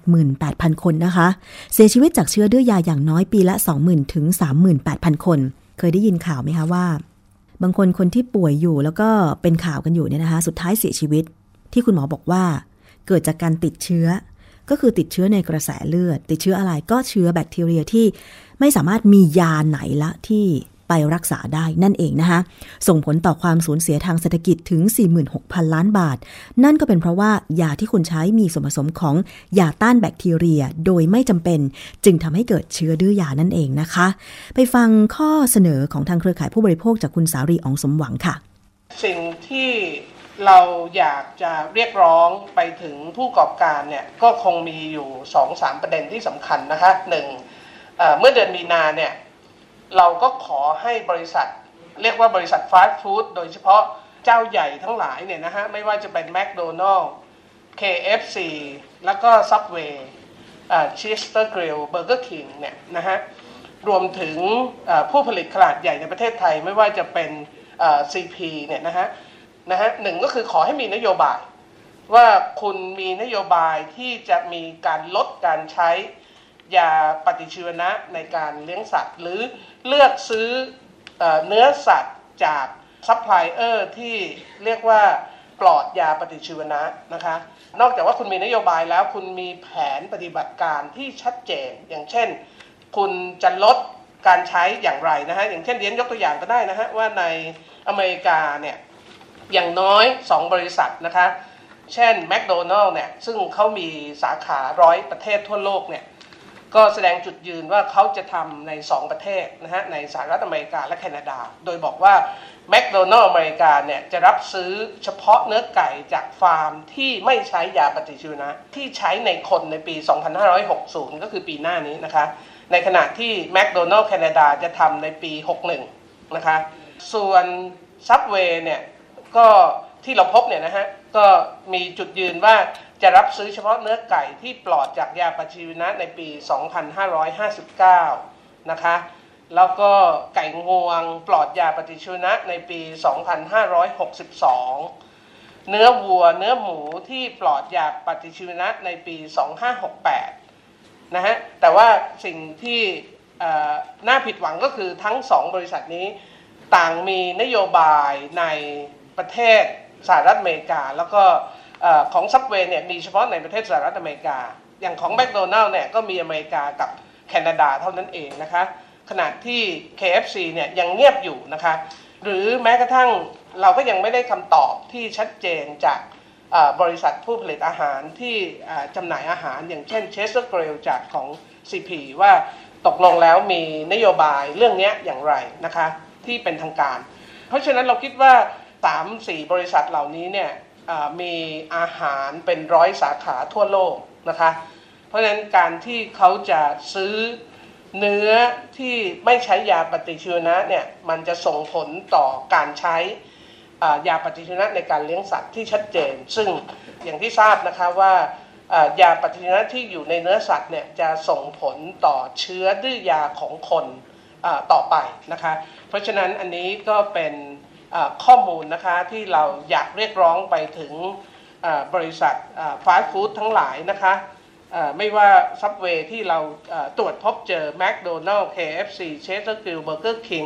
88,000 คนนะคะเสียชีวิตจากเชื้อดื้อยาอย่างน้อยปีละ 20,000 ถึง 38,000 คนเคยได้ยินข่าวไหมคะว่าบางคนที่ป่วยอยู่แล้วก็เป็นข่าวกันอยู่เนี่ยนะคะสุดท้ายเสียชีวิตที่คุณหมอบอกว่าเกิดจากการติดเชื้อก็คือติดเชื้อในกระแสเลือดติดเชื้ออะไรก็เชื้อแบคทีเรียที่ไม่สามารถมียาไหนละที่ไปรักษาได้นั่นเองนะคะส่งผลต่อความสูญเสียทางเศรษฐกิจถึง 46,000 ล้านบาทนั่นก็เป็นเพราะว่ายาที่คุณใช้มีส่วนผสมของยาต้านแบคทีเรียโดยไม่จำเป็นจึงทำให้เกิดเชื้อดื้อยานั่นเองนะคะไปฟังข้อเสนอของทางเครือข่ายผู้บริโภคจากคุณสารี อ๋องสมหวังค่ะสิ่งที่เราอยากจะเรียกร้องไปถึงผู้ประกอบการเนี่ยก็คงมีอยู่ 2-3 ประเด็นที่สำคัญนะคะ1เมื่อเดือนมีนาเนี่ยเราก็ขอให้บริษัทเรียกว่าบริษัทฟาสต์ฟู้ดโดยเฉพาะเจ้าใหญ่ทั้งหลายเนี่ยนะฮะไม่ว่าจะเป็นแมคโดนัลด์ KFC แล้วก็ Subway Chester Grill Burger King เนี่ยนะฮะรวมถึงผู้ผลิตขนาดใหญ่ในประเทศไทยไม่ว่าจะเป็นCP เนี่ยนะฮะหนึ่งก็คือขอให้มีนโยบายว่าคุณมีนโยบายที่จะมีการลดการใช้ยาปฏิชีวนะในการเลี้ยงสัตว์หรือเลือกซื้อเนื้อสัตว์จากซัพพลายเออร์ที่เรียกว่าปลอดยาปฏิชีวนะนะคะนอกจากว่าคุณมีนโยบายแล้วคุณมีแผนปฏิบัติการที่ชัดเจนอย่างเช่นคุณจะลดการใช้อย่างไรนะฮะอย่างเช่นเรียนยกตัวอย่างก็ได้นะฮะว่าในอเมริกาเนี่ยอย่างน้อย2บริษัทนะคะเช่นแมคโดนัลด์เนี่ยซึ่งเขามีสาขา100ประเทศทั่วโลกเนี่ยก็แสดงจุดยืนว่าเขาจะทำใน2ประเทศนะฮะในสหรัฐอเมริกาและแคนาดาโดยบอกว่าแมคโดนัลด์อเมริกาเนี่ยจะรับซื้อเฉพาะเนื้อไก่จากฟาร์มที่ไม่ใช้ยาปฏิชีวนะที่ใช้ในคนในปี 2560 ก็คือปีหน้านี้นะคะในขณะที่แมคโดนัลด์แคนาดาจะทำในปี 61 นะคะส่วนซับเวย์เนี่ยก็ที่เราพบเนี่ยนะฮะก็มีจุดยืนว่าจะรับซื้อเฉพาะเนื้อไก่ที่ปลอดจากยาปฏิชีวนะในปี 2559 นะคะแล้วก็ไก่งวงปลอดยาปฏิชีวนะในปี 2562 เนื้อวัวเนื้อหมูที่ปลอดยาปฏิชีวนะในปี 2568 นะฮะแต่ว่าสิ่งที่น่าผิดหวังก็คือทั้ง2บริษัทนี้ต่างมีนโยบายในประเทศสหรัฐอเมริกาแล้วก็ของซับเวย์เนี่ยมีเฉพาะในประเทศสหรัฐอเมริกาอย่างของแมคโดนัลด์เนี่ยก็มีอเมริกากับแคนาดาเท่านั้นเองนะคะขณะที่ KFC เนี่ยยังเงียบอยู่นะคะหรือแม้กระทั่งเราก็ยังไม่ได้คำตอบที่ชัดเจนจากบริษัทผู้ผลิตอาหารที่จำหน่ายอาหารอย่างเช่น Chester Grill จากของ CP ว่าตกลงแล้วมีนโยบายเรื่องนี้อย่างไรนะคะที่เป็นทางการเพราะฉะนั้นเราคิดว่า 3-4 บริษัทเหล่านี้เนี่ยมีอาหารเป็น100 สาขาทั่วโลกนะคะเพราะฉะนั้นการที่เขาจะซื้อเนื้อที่ไม่ใช้ยาปฏิชีวนะเนี่ยมันจะส่งผลต่อการใช้ยาปฏิชีวนะในการเลี้ยงสัตว์ที่ชัดเจนซึ่งอย่างที่ทราบนะคะว่ายาปฏิชีวนะที่อยู่ในเนื้อสัตว์เนี่ยจะส่งผลต่อเชื้อดื้อยาของคนต่อไปนะคะเพราะฉะนั้นอันนี้ก็เป็นข้อมูลนะคะที่เราอยากเรียกร้องไปถึงบริษัทฟาสต์ฟู้ดทั้งหลายนะคะไม่ว่าซับเวย์ที่เราตรวจพบเจอแมคโดนัลด์ KFC Chester Grill Burger King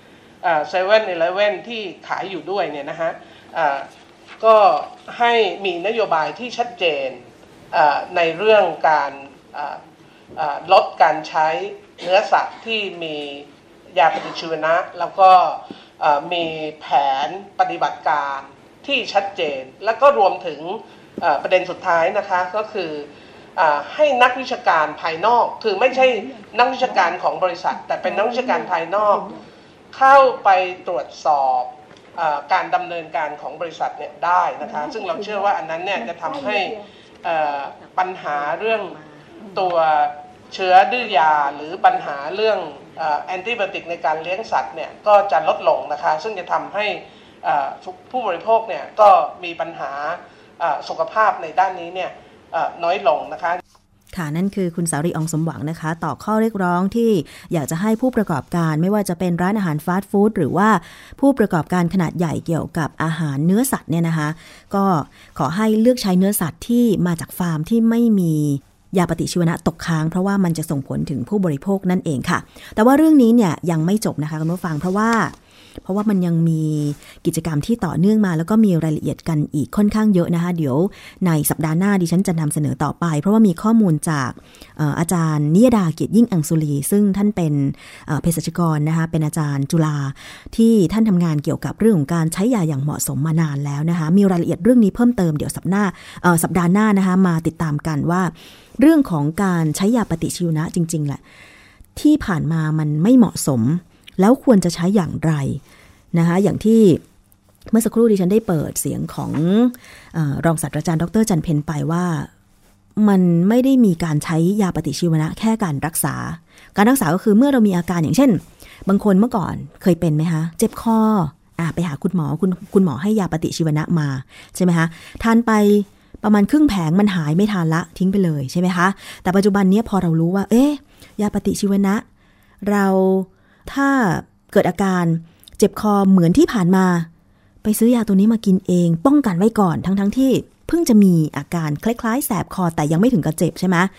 7-Eleven ที่ขายอยู่ด้วยเนี่ยนะฮะก็ให้มีนโยบายที่ชัดเจนในเรื่องการลดการใช้เนื้อสัตว์ที่มียาปฏิชีวนะแล้วก็มีแผนปฏิบัติการที่ชัดเจนแล้วก็รวมถึงประเด็นสุดท้ายนะคะก็คือให้นักวิชาการภายนอกคือไม่ใช่นักวิชาการของบริษัทแต่เป็นนักวิชาการภายนอกเข้าไปตรวจสอบการดำเนินการของบริษัทเนี่ยได้นะคะซึ่งเราเชื่อว่าอันนั้นเนี่ยจะทำให้ปัญหาเรื่องตัวเชื้อดื้อยาหรือปัญหาเรื่องแอนติไบโอติกในการเลี้ยงสัตว์เนี่ยก็จะลดลงนะคะซึ่งจะทำให้ผู้บริโภคเนี่ยก็มีปัญหาสุขภาพในด้านนี้เนี่ยน้อยลงนะคะค่ะนั่นคือคุณสารีอองสมหวังนะคะต่อข้อเรียกร้องที่อยากจะให้ผู้ประกอบการไม่ว่าจะเป็นร้านอาหารฟาสต์ฟู้ดหรือว่าผู้ประกอบการขนาดใหญ่เกี่ยวกับอาหารเนื้อสัตว์เนี่ยนะคะก็ขอให้เลือกใช้เนื้อสัตว์ที่มาจากฟาร์มที่ไม่มียาปฏิชีวนะตกค้างเพราะว่ามันจะส่งผลถึงผู้บริโภคนั่นเองค่ะแต่ว่าเรื่องนี้เนี่ยยังไม่จบนะคะคุณผู้ฟังเพราะว่ามันยังมีกิจกรรมที่ต่อเนื่องมาแล้วก็มีรายละเอียดกันอีกค่อนข้างเยอะนะคะเดี๋ยวในสัปดาห์หน้าดิฉันจะนำเสนอต่อไปเพราะว่ามีข้อมูลจากอาจารย์นิยดาเกียรติยิ่งอังสุรีซึ่งท่านเป็นเภสัชกรนะคะเป็นอาจารย์จุฬาที่ท่านทำงานเกี่ยวกับเรื่องของการใช้ยาอย่างเหมาะสมมานานแล้วนะคะมีรายละเอียดเรื่องนี้เพิ่มเติมเดี๋ยวสัปดาห์หน้านะคะมาติดตามกันว่าเรื่องของการใช้ยาปฏิชีวนะจริงๆแหละที่ผ่านมามันไม่เหมาะสมแล้วควรจะใช้อย่างไรนะคะอย่างที่เมื่อสักครู่ดิฉันได้เปิดเสียงของรองศาสตราจารย์ดร.จันเพ็ญไปว่ามันไม่ได้มีการใช้ยาปฏิชีวนะแค่การรักษาก็คือเมื่อเรามีอาการอย่างเช่นบางคนเมื่อก่อนเคยเป็นไหมคะเจ็บคอไปหาคุณหมอคุณหมอให้ยาปฏิชีวนะมาใช่ไหมคะทานไปประมาณครึ่งแผงมันหายไม่ทานละทิ้งไปเลยใช่ไหมคะแต่ปัจจุบันนี้พอเรารู้ว่ายาปฏิชีวนะเราถ้าเกิดอาการเจ็บคอเหมือนที่ผ่านมาไปซื้อยาตัวนี้มากินเองป้องกันไว้ก่อนทั้งที่เพิ่งจะมีอาการคล้ายๆแสบคอแต่ยังไม่ถึงกับเจ็บใช่ไหม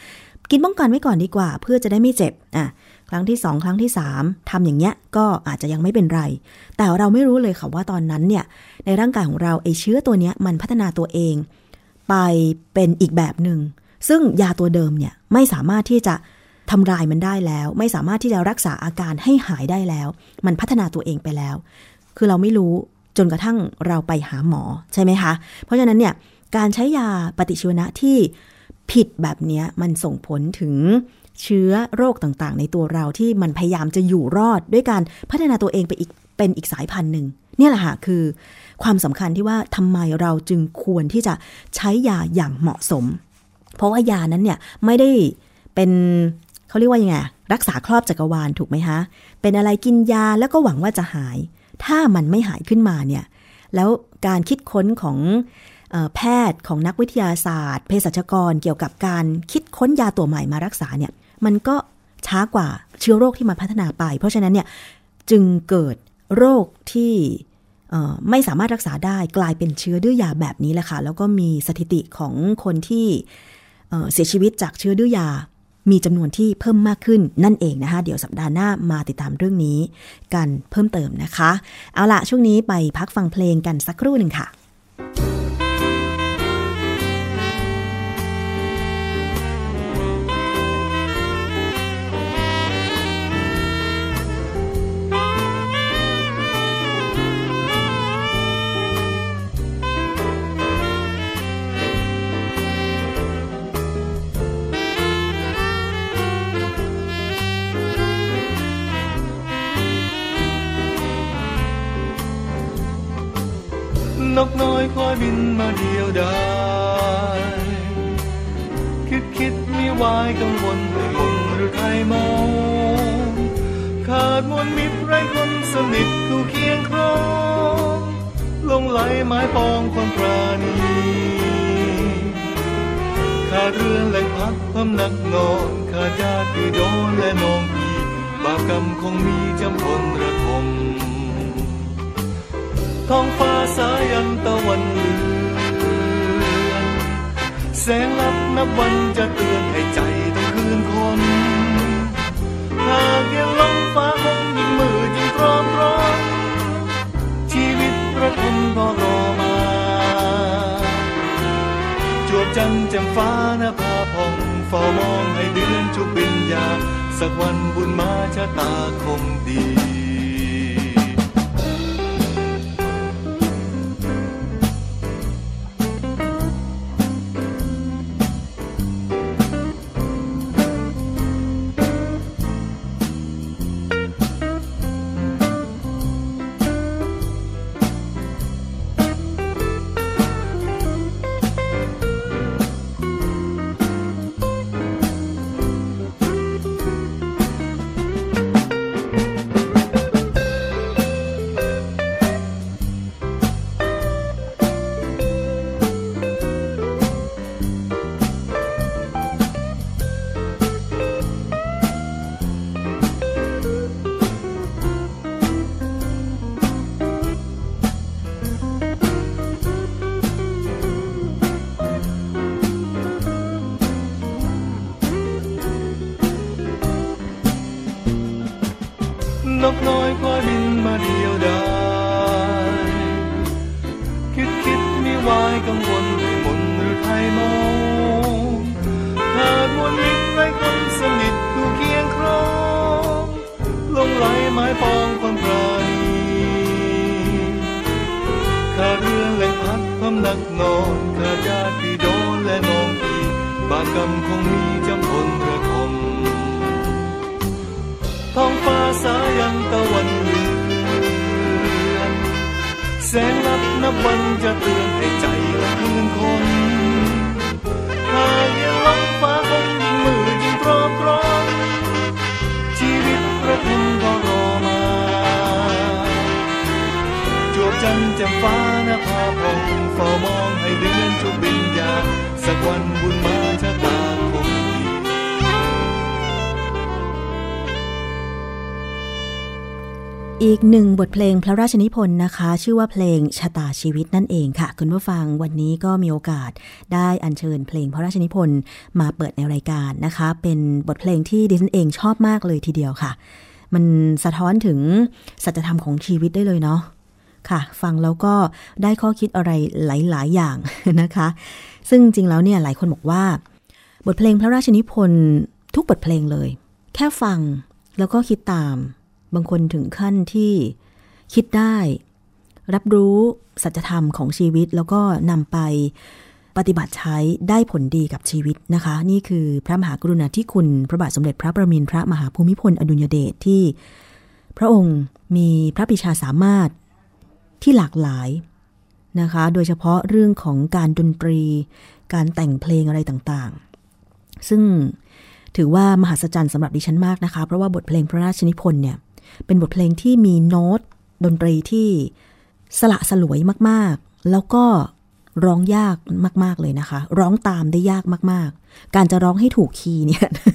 กินป้องกันไว้ก่อนดีกว่าเพื่อจะได้ไม่เจ็บครั้งที่2ครั้งที่3ทำอย่างเงี้ยก็อาจจะยังไม่เป็นไรแต่เราไม่รู้เลยค่ะว่าตอนนั้นเนี่ยในร่างกายของเราไอ้เชื้อตัวเนี้ยมันพัฒนาตัวเองไปเป็นอีกแบบหนึ่งซึ่งยาตัวเดิมเนี่ยไม่สามารถที่จะทำลายมันได้แล้วไม่สามารถที่จะรักษาอาการให้หายได้แล้วมันพัฒนาตัวเองไปแล้วคือเราไม่รู้จนกระทั่งเราไปหาหมอใช่ไหมคะเพราะฉะนั้นเนี่ยการใช้ยาปฏิชีวนะที่ผิดแบบนี้มันส่งผลถึงเชื้อโรคต่างๆในตัวเราที่มันพยายามจะอยู่รอดด้วยการพัฒนาตัวเองไปเป็นอีกสายพันธุ์หนึ่งเนี่ยแหละค่ะคือความสำคัญที่ว่าทำไมเราจึงควรที่จะใช้ยาอย่างเหมาะสมเพราะว่ายานั้นเนี่ยไม่ได้เป็นเขาเรียกว่ายังไงรักษาครอบจักรวาลถูกไหมคะเป็นอะไรกินยาแล้วก็หวังว่าจะหายถ้ามันไม่หายขึ้นมาเนี่ยแล้วการคิดค้นของแพทย์ของนักวิทยาศาสตร์เภสัชกรเกี่ยวกับการคิดค้นยาตัวใหม่มารักษาเนี่ยมันก็ช้ากว่าเชื้อโรคที่มันพัฒนาไปเพราะฉะนั้นเนี่ยจึงเกิดโรคที่ไม่สามารถรักษาได้กลายเป็นเชื้อดื้อยาแบบนี้แหละค่ะแล้วก็มีสถิติของคนที่เสียชีวิตจากเชื้อดื้อยามีจำนวนที่เพิ่มมากขึ้นนั่นเองนะคะเดี๋ยวสัปดาห์หน้ามาติดตามเรื่องนี้กันเพิ่มเติมนะคะเอาล่ะช่วงนี้ไปพักฟังเพลงกันสักครู่หนึ่งค่ะนกน้อยคอยบินมาเดียวดายคิดมิวายกังวลให้มนหรือไทยมองขาดมวลมิตรไร้คนสนิทคู่เคียงครองลงไหลไม้ปองความปราณีขาดเรือนแหล่งพักพำนักนอนขาดญาติพี่น้องและน้องพี่บาปกรรมคงมีจำพลระทมท้องฟ้าสายันตะวันเลือนแสงลับนับวันจะเตือนให้ใจต้องคืนคนหากยังลงฟ้าคงยิ่งมืดยิ่งตรอมร้อนชีวิตระทมพอรอมาจวบจันทร์แจ่มฟ้าหน้าผาผ่องเฝ้ามองให้เดือนจุบินยาสักวันบุญมาชะตาคงดีนกน้อยคอยบินมาเดียวดายคิดมิวายกังวลให้มนหรือไทยมองขาดมวลมิตรไร้คนสนิทคู่เคียงครองลงไหลไม้ปองความปราณีขาดเรือนแหล่งพักพำนักนอนขาดญาติพี่น้องและน้องพี่บาปกรรมคงมีจำพลระทมท้องฟ้าสายันตะวันเลือนแสงลับนับวันจะเตือนให้ใจละคืนคนหากยังลงฟ้าคงยิ่งมืดยิ่งตรอมร้อนชีวิตระทมพอรอมาจวบจันทร์แจ่มฟ้าหน้าผาผ่องเฝ้ามองให้เดือนจุบินยาสักวันบุญมาชะตาคงดีอีกหนึ่งบทเพลงพระราชนิพนธ์นะคะชื่อว่าเพลงชะตาชีวิตนั่นเองค่ะคุณผู้ฟังวันนี้ก็มีโอกาสได้อัญเชิญเพลงพระราชนิพนธ์มาเปิดในรายการนะคะเป็นบทเพลงที่ดิฉันเองชอบมากเลยทีเดียวค่ะมันสะท้อนถึงสัจธรรมของชีวิตได้เลยเนาะค่ะฟังแล้วก็ได้ข้อคิดอะไรหลายๆอย่างนะคะซึ่งจริงแล้วเนี่ยหลายคนบอกว่าบทเพลงพระราชนิพนธ์ทุกบทเพลงเลยแค่ฟังแล้วก็คิดตามบางคนถึงขั้นที่คิดได้รับรู้สัจธรรมของชีวิตแล้วก็นำไปปฏิบัติใช้ได้ผลดีกับชีวิตนะคะนี่คือพระมหากรุณาธิคุณพระบาทสมเด็จพระประมินทรมหาภูมิพลอดุลยเดชที่พระองค์มีพระปรีชาสามารถที่หลากหลายนะคะโดยเฉพาะเรื่องของการดนตรีการแต่งเพลงอะไรต่างๆซึ่งถือว่ามหัศจรรย์สำหรับดิฉันมากนะคะเพราะว่าบทเพลงพระราชนิพนธ์เนี่ยเป็นบทเพลงที่มีโน้ตดนตรีที่สละสลวยมากๆแล้วก็ร้องยากมากๆเลยนะคะร้องตามได้ยากมากๆการจะร้องให้ถูกคีย์เนี่ย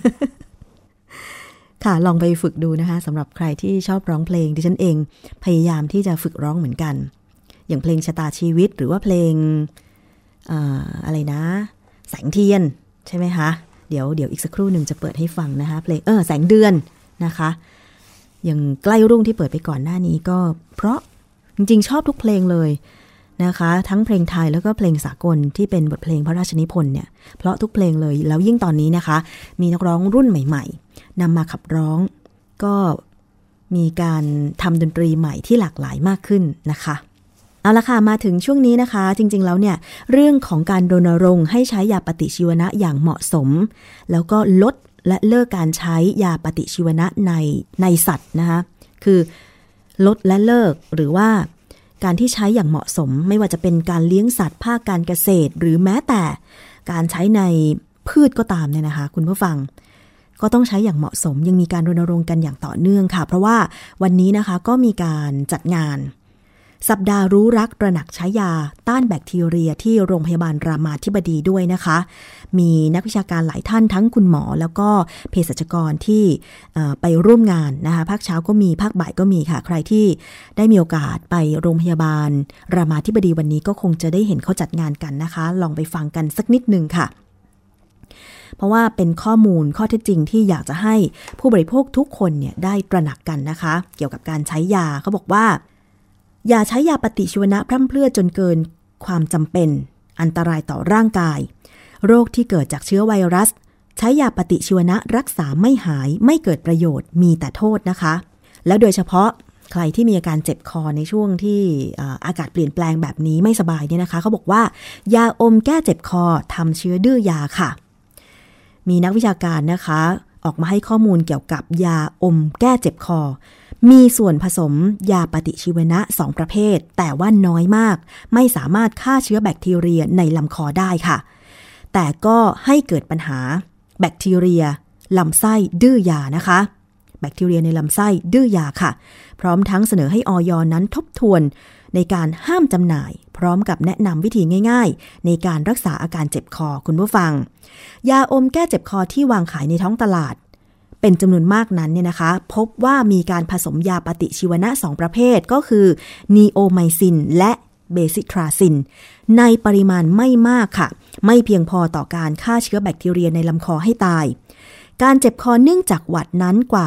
ค่ะลองไปฝึกดูนะคะสำหรับใครที่ชอบร้องเพลงดิฉันเองพยายามที่จะฝึกร้องเหมือนกันอย่างเพลงชะตาชีวิตหรือว่าเพลงอะไรนะแสงเทียนใช่ไหมคะเดี๋ยวอีกสักครู่หนึ่งจะเปิดให้ฟังนะคะเพลงแสงเดือนนะคะอย่างใกล้รุ่งที่เปิดไปก่อนหน้านี้ก็เพราะจริงๆชอบทุกเพลงเลยนะคะทั้งเพลงไทยแล้วก็เพลงสากลที่เป็นบทเพลงพระราชนิพนธ์เนี่ยเพราะทุกเพลงเลยแล้วยิ่งตอนนี้นะคะมีนักร้องรุ่นใหม่ๆนำมาขับร้องก็มีการทำดนตรีใหม่ที่หลากหลายมากขึ้นนะคะเอาละค่ะมาถึงช่วงนี้นะคะจริงๆแล้วเนี่ยเรื่องของการรณรงค์ให้ใช้ยาปฏิชีวนะอย่างเหมาะสมแล้วก็ลดและเลิกการใช้ยาปฏิชีวนะในสัตว์นะคะคือลดและเลิกหรือว่าการที่ใช้อย่างเหมาะสมไม่ว่าจะเป็นการเลี้ยงสัตว์ภาคการเกษตรหรือแม้แต่การใช้ในพืชก็ตามเนี่ยนะคะคุณผู้ฟังก็ต้องใช้อย่างเหมาะสมยังมีการรณรงค์กันอย่างต่อเนื่องค่ะเพราะว่าวันนี้นะคะก็มีการจัดงานสัปดาห์รู้รักตระหนักใช้ยาต้านแบคทีเรียที่โรงพยาบาลรามาธิบดีด้วยนะคะมีนักวิชาการหลายท่านทั้งคุณหมอแล้วก็เภสัชกรที่ไปร่วมงานนะคะภาคเช้าก็มีภาคบ่ายก็มีค่ะใครที่ได้มีโอกาสไปโรงพยาบาลรามาธิบดีวันนี้ก็คงจะได้เห็นเขาจัดงานกันนะคะลองไปฟังกันสักนิดนึงค่ะเพราะว่าเป็นข้อมูลข้อเท็จจริงที่อยากจะให้ผู้บริโภคทุกคนเนี่ยได้ตระหนักกันนะคะเกี่ยวกับการใช้ยาเขาบอกว่าอย่าใช้ยาปฏิชีวนะพร่ำเพรื่อจนเกินความจำเป็นอันตรายต่อร่างกายโรคที่เกิดจากเชื้อไวรัสใช้ยาปฏิชีวนะรักษาไม่หายไม่เกิดประโยชน์มีแต่โทษนะคะแล้วโดยเฉพาะใครที่มีอาการเจ็บคอในช่วงที่อากาศเปลี่ยนแปลงแบบนี้ไม่สบายเนี่ยนะคะเขาบอกว่ายาอมแก้เจ็บคอทำเชื้อดื้อยาค่ะมีนักวิชาการนะคะออกมาให้ข้อมูลเกี่ยวกับยาอมแก้เจ็บคอมีส่วนผสมยาปฏิชีวนะ2ประเภทแต่ว่าน้อยมากไม่สามารถฆ่าเชื้อแบคทีเรียในลำคอได้ค่ะแต่ก็ให้เกิดปัญหาแบคทีเรียลำไส้ดื้อยานะคะแบคทีเรียในลำไส้ดื้อยาค่ะพร้อมทั้งเสนอให้อย.นั้นทบทวนในการห้ามจำหน่ายพร้อมกับแนะนำวิธีง่ายๆในการรักษาอาการเจ็บคอคุณผู้ฟังยาอมแก้เจ็บคอที่วางขายในท้องตลาดเป็นจำนวนมากนั้นเนี่ยนะคะพบว่ามีการผสมยาปฏิชีวนะ2ประเภทก็คือนีโอไมซินและเบซิทราซินในปริมาณไม่มากค่ะไม่เพียงพอต่อการฆ่าเชื้อแบคทีเรียในลำคอให้ตายการเจ็บคอเนื่องจากหวัดนั้นกว่า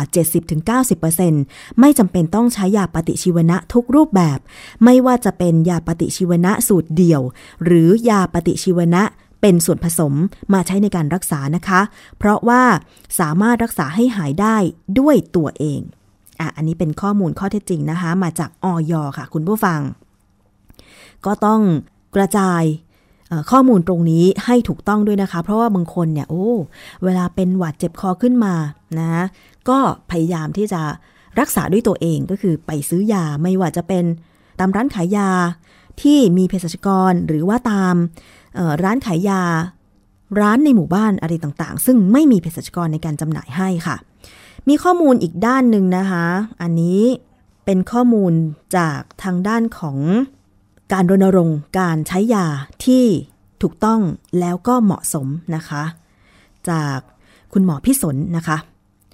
70-90% ไม่จำเป็นต้องใช้ยาปฏิชีวนะทุกรูปแบบไม่ว่าจะเป็นยาปฏิชีวนะสูตรเดี่ยวหรือยาปฏิชีวนะเป็นส่วนผสมมาใช้ในการรักษานะคะเพราะว่าสามารถรักษาให้หายได้ด้วยตัวเองอันนี้เป็นข้อมูลข้อเท็จจริงนะคะมาจากอย.ค่ะคุณผู้ฟังก็ต้องกระจายข้อมูลตรงนี้ให้ถูกต้องด้วยนะคะเพราะว่าบางคนเนี่ยเวลาเป็นหวัดเจ็บคอขึ้นมานะก็พยายามที่จะรักษาด้วยตัวเองก็คือไปซื้อยาไม่ว่าจะเป็นตามร้านขายยาที่มีเภสัชกรหรือว่าตามร้านขายยาร้านในหมู่บ้านอะไรต่างๆซึ่งไม่มีเภสัชกรในการจำหน่ายให้ค่ะมีข้อมูลอีกด้านหนึ่งนะคะอันนี้เป็นข้อมูลจากทางด้านของการรณรงค์การใช้ยาที่ถูกต้องแล้วก็เหมาะสมนะคะจากคุณหมอพิสนนะคะ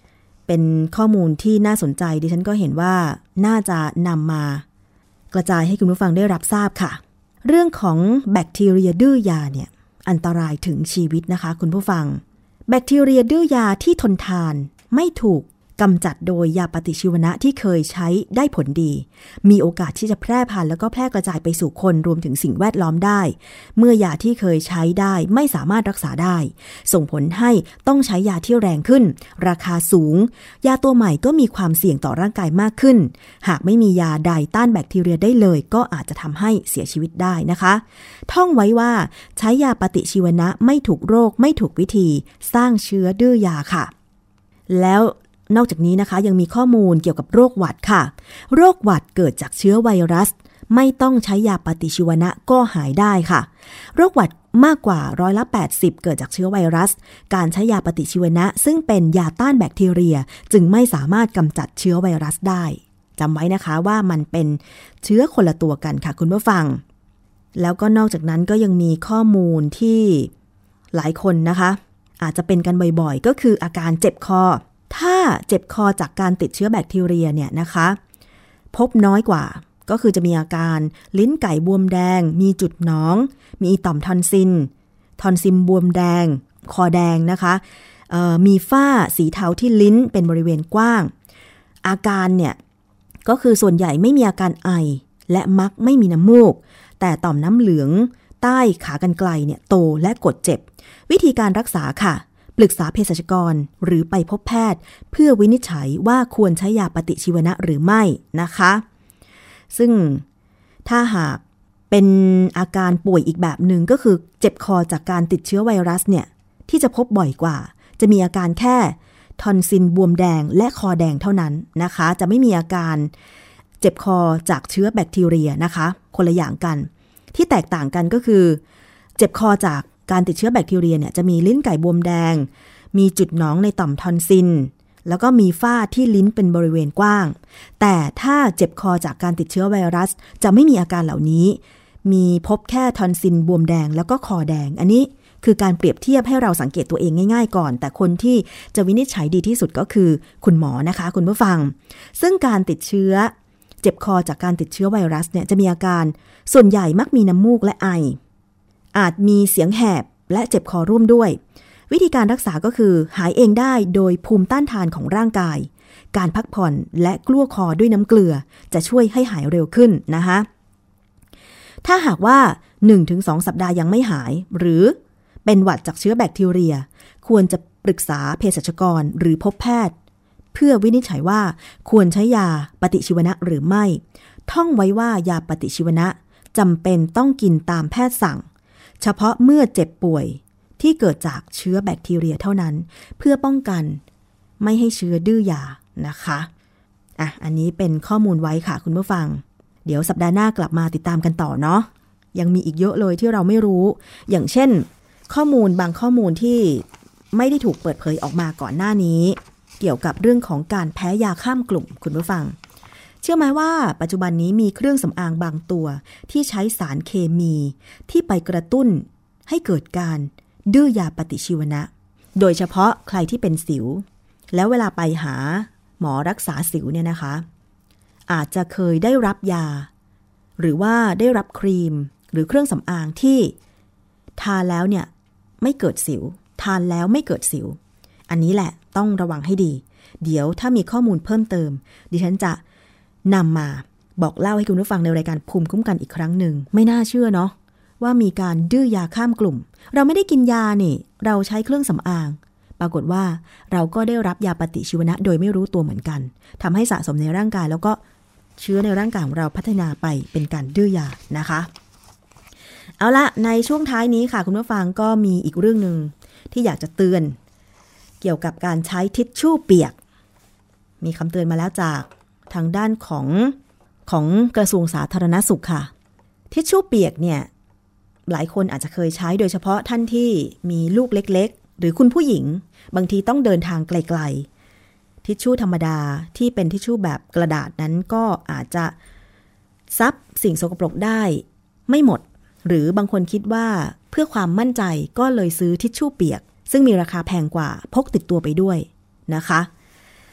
เป็นข้อมูลที่น่าสนใจดิฉันก็เห็นว่าน่าจะนำมากระจายให้คุณผู้ฟังได้รับทราบค่ะเรื่องของแบคทีเรียดื้อยาเนี่ยอันตรายถึงชีวิตนะคะคุณผู้ฟังแบคทีเรียดื้อยาที่ทนทานไม่ถูกกำจัดโดยยาปฏิชีวนะที่เคยใช้ได้ผลดีมีโอกาสที่จะแพร่พันธุ์แล้วก็แพร่กระจายไปสู่คนรวมถึงสิ่งแวดล้อมได้เมื่อยาที่เคยใช้ได้ไม่สามารถรักษาได้ส่งผลให้ต้องใช้ยาที่แรงขึ้นราคาสูงยาตัวใหม่ก็มีความเสี่ยงต่อร่างกายมากขึ้นหากไม่มียาใดต้านแบคทีเรียได้เลยก็อาจจะทำให้เสียชีวิตได้นะคะท่องไว้ว่าใช้ยาปฏิชีวนะไม่ถูกโรคไม่ถูกวิธีสร้างเชื้อดื้อยาค่ะแล้วนอกจากนี้นะคะยังมีข้อมูลเกี่ยวกับโรคหวัดค่ะโรคหวัดเกิดจากเชื้อไวรัสไม่ต้องใช้ยาปฏิชีวนะก็หายได้ค่ะโรคหวัดมากกว่า80%เกิดจากเชื้อไวรัสการใช้ยาปฏิชีวนะซึ่งเป็นยาต้านแบคทีเรียจึงไม่สามารถกำจัดเชื้อไวรัสได้จำไว้นะคะว่ามันเป็นเชื้อคนละตัวกันค่ะคุณผู้ฟังแล้วก็นอกจากนั้นก็ยังมีข้อมูลที่หลายคนนะคะอาจจะเป็นกันบ่อยๆก็คืออาการเจ็บคอถ้าเจ็บคอจากการติดเชื้อแบคทีเรียเนี่ยนะคะพบน้อยกว่าก็คือจะมีอาการลิ้นไก่บวมแดงมีจุดหนองมีต่อมทอนซิลบวมแดงคอแดงนะคะมีฝ้าสีเทาที่ลิ้นเป็นบริเวณกว้างอาการเนี่ยก็คือส่วนใหญ่ไม่มีอาการไอและมักไม่มีน้ำมูกแต่ต่อมน้ำเหลืองใต้ขากรรไกรเนี่ยโตและกดเจ็บวิธีการรักษาค่ะปรึกษาเภสัชกรหรือไปพบแพทย์เพื่อวินิจฉัยว่าควรใช้ยาปฏิชีวนะหรือไม่นะคะซึ่งถ้าหากเป็นอาการป่วยอีกแบบหนึ่งก็คือเจ็บคอจากการติดเชื้อไวรัสเนี่ยที่จะพบบ่อยกว่าจะมีอาการแค่ทอนซิลบวมแดงและคอแดงเท่านั้นนะคะจะไม่มีอาการเจ็บคอจากเชื้อแบคทีเรียนะคะคนละอย่างกันที่แตกต่างกันก็คือเจ็บคอจากการติดเชื้อแบคทีเรียเนี่ยจะมีลิ้นไก่บวมแดงมีจุดหนองในต่อมทอนซิลแล้วก็มีฝ้าที่ลิ้นเป็นบริเวณกว้างแต่ถ้าเจ็บคอจากการติดเชื้อไวรัสจะไม่มีอาการเหล่านี้มีพบแค่ทอนซิลบวมแดงแล้วก็คอแดงอันนี้คือการเปรียบเทียบให้เราสังเกตตัวเองง่ายๆก่อนแต่คนที่จะวินิจฉัยดีที่สุดก็คือคุณหมอนะคะคุณผู้ฟังซึ่งการติดเชื้อเจ็บคอจากการติดเชื้อไวรัสเนี่ยจะมีอาการส่วนใหญ่มักมีน้ำมูกและไออาจมีเสียงแหบและเจ็บคอร่วมด้วยวิธีการรักษาก็คือหายเองได้โดยภูมิต้านทานของร่างกายการพักผ่อนและกลั้วคอด้วยน้ำเกลือจะช่วยให้หายเร็วขึ้นนะคะถ้าหากว่า 1-2 สัปดาห์ยังไม่หายหรือเป็นหวัดจากเชื้อแบคทีเรียควรจะปรึกษาเภสัชกรหรือพบแพทย์เพื่อวินิจฉัยว่าควรใช้ยาปฏิชีวนะหรือไม่ท่องไว้ว่ายาปฏิชีวนะจำเป็นต้องกินตามแพทย์สั่งเฉพาะเมื่อเจ็บป่วยที่เกิดจากเชื้อแบคทีเรียเท่านั้นเพื่อป้องกันไม่ให้เชื้อดื้อยานะคะอันนี้เป็นข้อมูลไว้ค่ะคุณผู้ฟังเดี๋ยวสัปดาห์หน้ากลับมาติดตามกันต่อเนาะยังมีอีกเยอะเลยที่เราไม่รู้อย่างเช่นข้อมูลบางข้อมูลที่ไม่ได้ถูกเปิดเผยออกมาก่อนหน้านี้เกี่ยวกับเรื่องของการแพ้ยาข้ามกลุ่มคุณผู้ฟังเชื่อไหมว่าปัจจุบันนี้มีเครื่องสำอางบางตัวที่ใช้สารเคมีที่ไปกระตุ้นให้เกิดการดื้อยาปฏิชีวนะโดยเฉพาะใครที่เป็นสิวแล้วเวลาไปหาหมอรักษาสิวเนี่ยนะคะอาจจะเคยได้รับยาหรือว่าได้รับครีมหรือเครื่องสำอางที่ทานแล้วเนี่ยไม่เกิดสิวทานแล้วไม่เกิดสิวอันนี้แหละต้องระวังให้ดีเดี๋ยวถ้ามีข้อมูลเพิ่มเติมดิฉันจะนำมาบอกเล่าให้คุณผู้ฟังในรายการภูมิคุ้มกันอีกครั้งหนึ่งไม่น่าเชื่อเนาะว่ามีการดื้อยาข้ามกลุ่มเราไม่ได้กินยานี่เราใช้เครื่องสำอางปรากฏว่าเราก็ได้รับยาปฏิชีวนะโดยไม่รู้ตัวเหมือนกันทำให้สะสมในร่างกายแล้วก็เชื้อในร่างกายของเราพัฒนาไปเป็นการดื้อยานะคะเอาละในช่วงท้ายนี้ค่ะคุณผู้ฟังก็มีอีกเรื่องนึงที่อยากจะเตือนเกี่ยวกับการใช้ทิชชู่เปียกมีคำเตือนมาแล้วจากทางด้านของกระทรวงสาธารณสุขค่ะทิชชู่เปียกเนี่ยหลายคนอาจจะเคยใช้โดยเฉพาะท่านที่มีลูกเล็กๆหรือคุณผู้หญิงบางทีต้องเดินทางไกลๆทิชชู่ธรรมดาที่เป็นทิชชู่แบบกระดาษนั้นก็อาจจะซับสิ่งสกปรกได้ไม่หมดหรือบางคนคิดว่าเพื่อความมั่นใจก็เลยซื้อทิชชู่เปียกซึ่งมีราคาแพงกว่าพกติดตัวไปด้วยนะคะ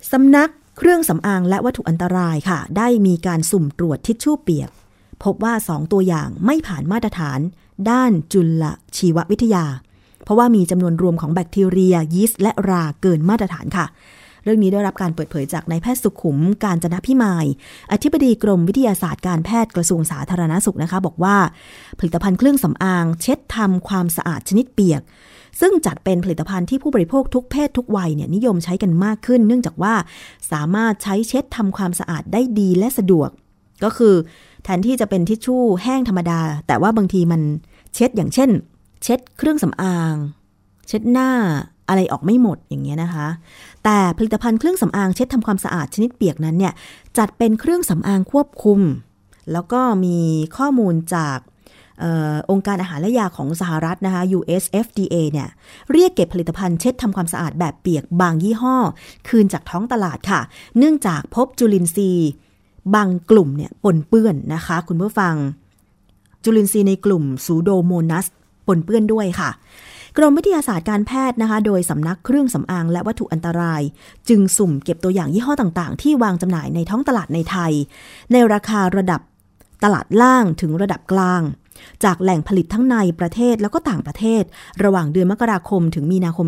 สำนักเครื่องสำอางและวัตถุอันตรายค่ะได้มีการสุ่มตรวจทิชชู่เปียกพบว่า2ตัวอย่างไม่ผ่านมาตรฐานด้านจุลชีววิทยาเพราะว่ามีจำนวนรวมของแบคทีเรียยีสต์และราเกินมาตรฐานค่ะเรื่องนี้ได้รับการเปิดเผยจากนายแพทย์สุขุมกาญจนพิมายอธิบดีกรมวิทยาศาสตร์การแพทย์กระทรวงสาธารณสุขนะคะบอกว่าผลิตภัณฑ์เครื่องสำอางเช็ดทำความสะอาดชนิดเปียกซึ่งจัดเป็นผลิตภัณฑ์ที่ผู้บริโภคทุกเพศทุกวัยเนี่ยนิยมใช้กันมากขึ้นเนื่องจากว่าสามารถใช้เช็ดทำความสะอาดได้ดีและสะดวกก็คือแทนที่จะเป็นทิชชู่แห้งธรรมดาแต่ว่าบางทีมันเช็ดอย่างเช่นเช็ดเครื่องสำอางเช็ดหน้าอะไรออกไม่หมดอย่างเงี้ยนะคะแต่ผลิตภัณฑ์เครื่องสำอางเช็ดทำความสะอาดชนิดเปียกนั้นเนี่ยจัดเป็นเครื่องสำอางควบคุมแล้วก็มีข้อมูลจากองค์การอาหารและยาของสหรัฐนะคะ US FDA เนี่ยเรียกเก็บผลิตภัณฑ์เช็ดทำความสะอาดแบบเปียกบางยี่ห้อคืนจากท้องตลาดค่ะเนื่องจากพบจุลินทรีย์บางกลุ่มเนี่ยปนเปื้อนนะคะคุณผู้ฟังจุลินทรีย์ในกลุ่มซูโดโมนัสปนเปื้อนด้วยค่ะกรมวิทยาศาสตร์การแพทย์นะคะโดยสำนักเครื่องสำอางและวัตถุอันตรายจึงสุ่มเก็บตัวอย่างยี่ห้อต่างๆที่วางจำหน่ายในท้องตลาดในไทยในราคาระดับตลาดล่างถึงระดับกลางจากแหล่งผลิตทั้งในประเทศแล้วก็ต่างประเทศระหว่างเดือนมกราคมถึงมีนาคม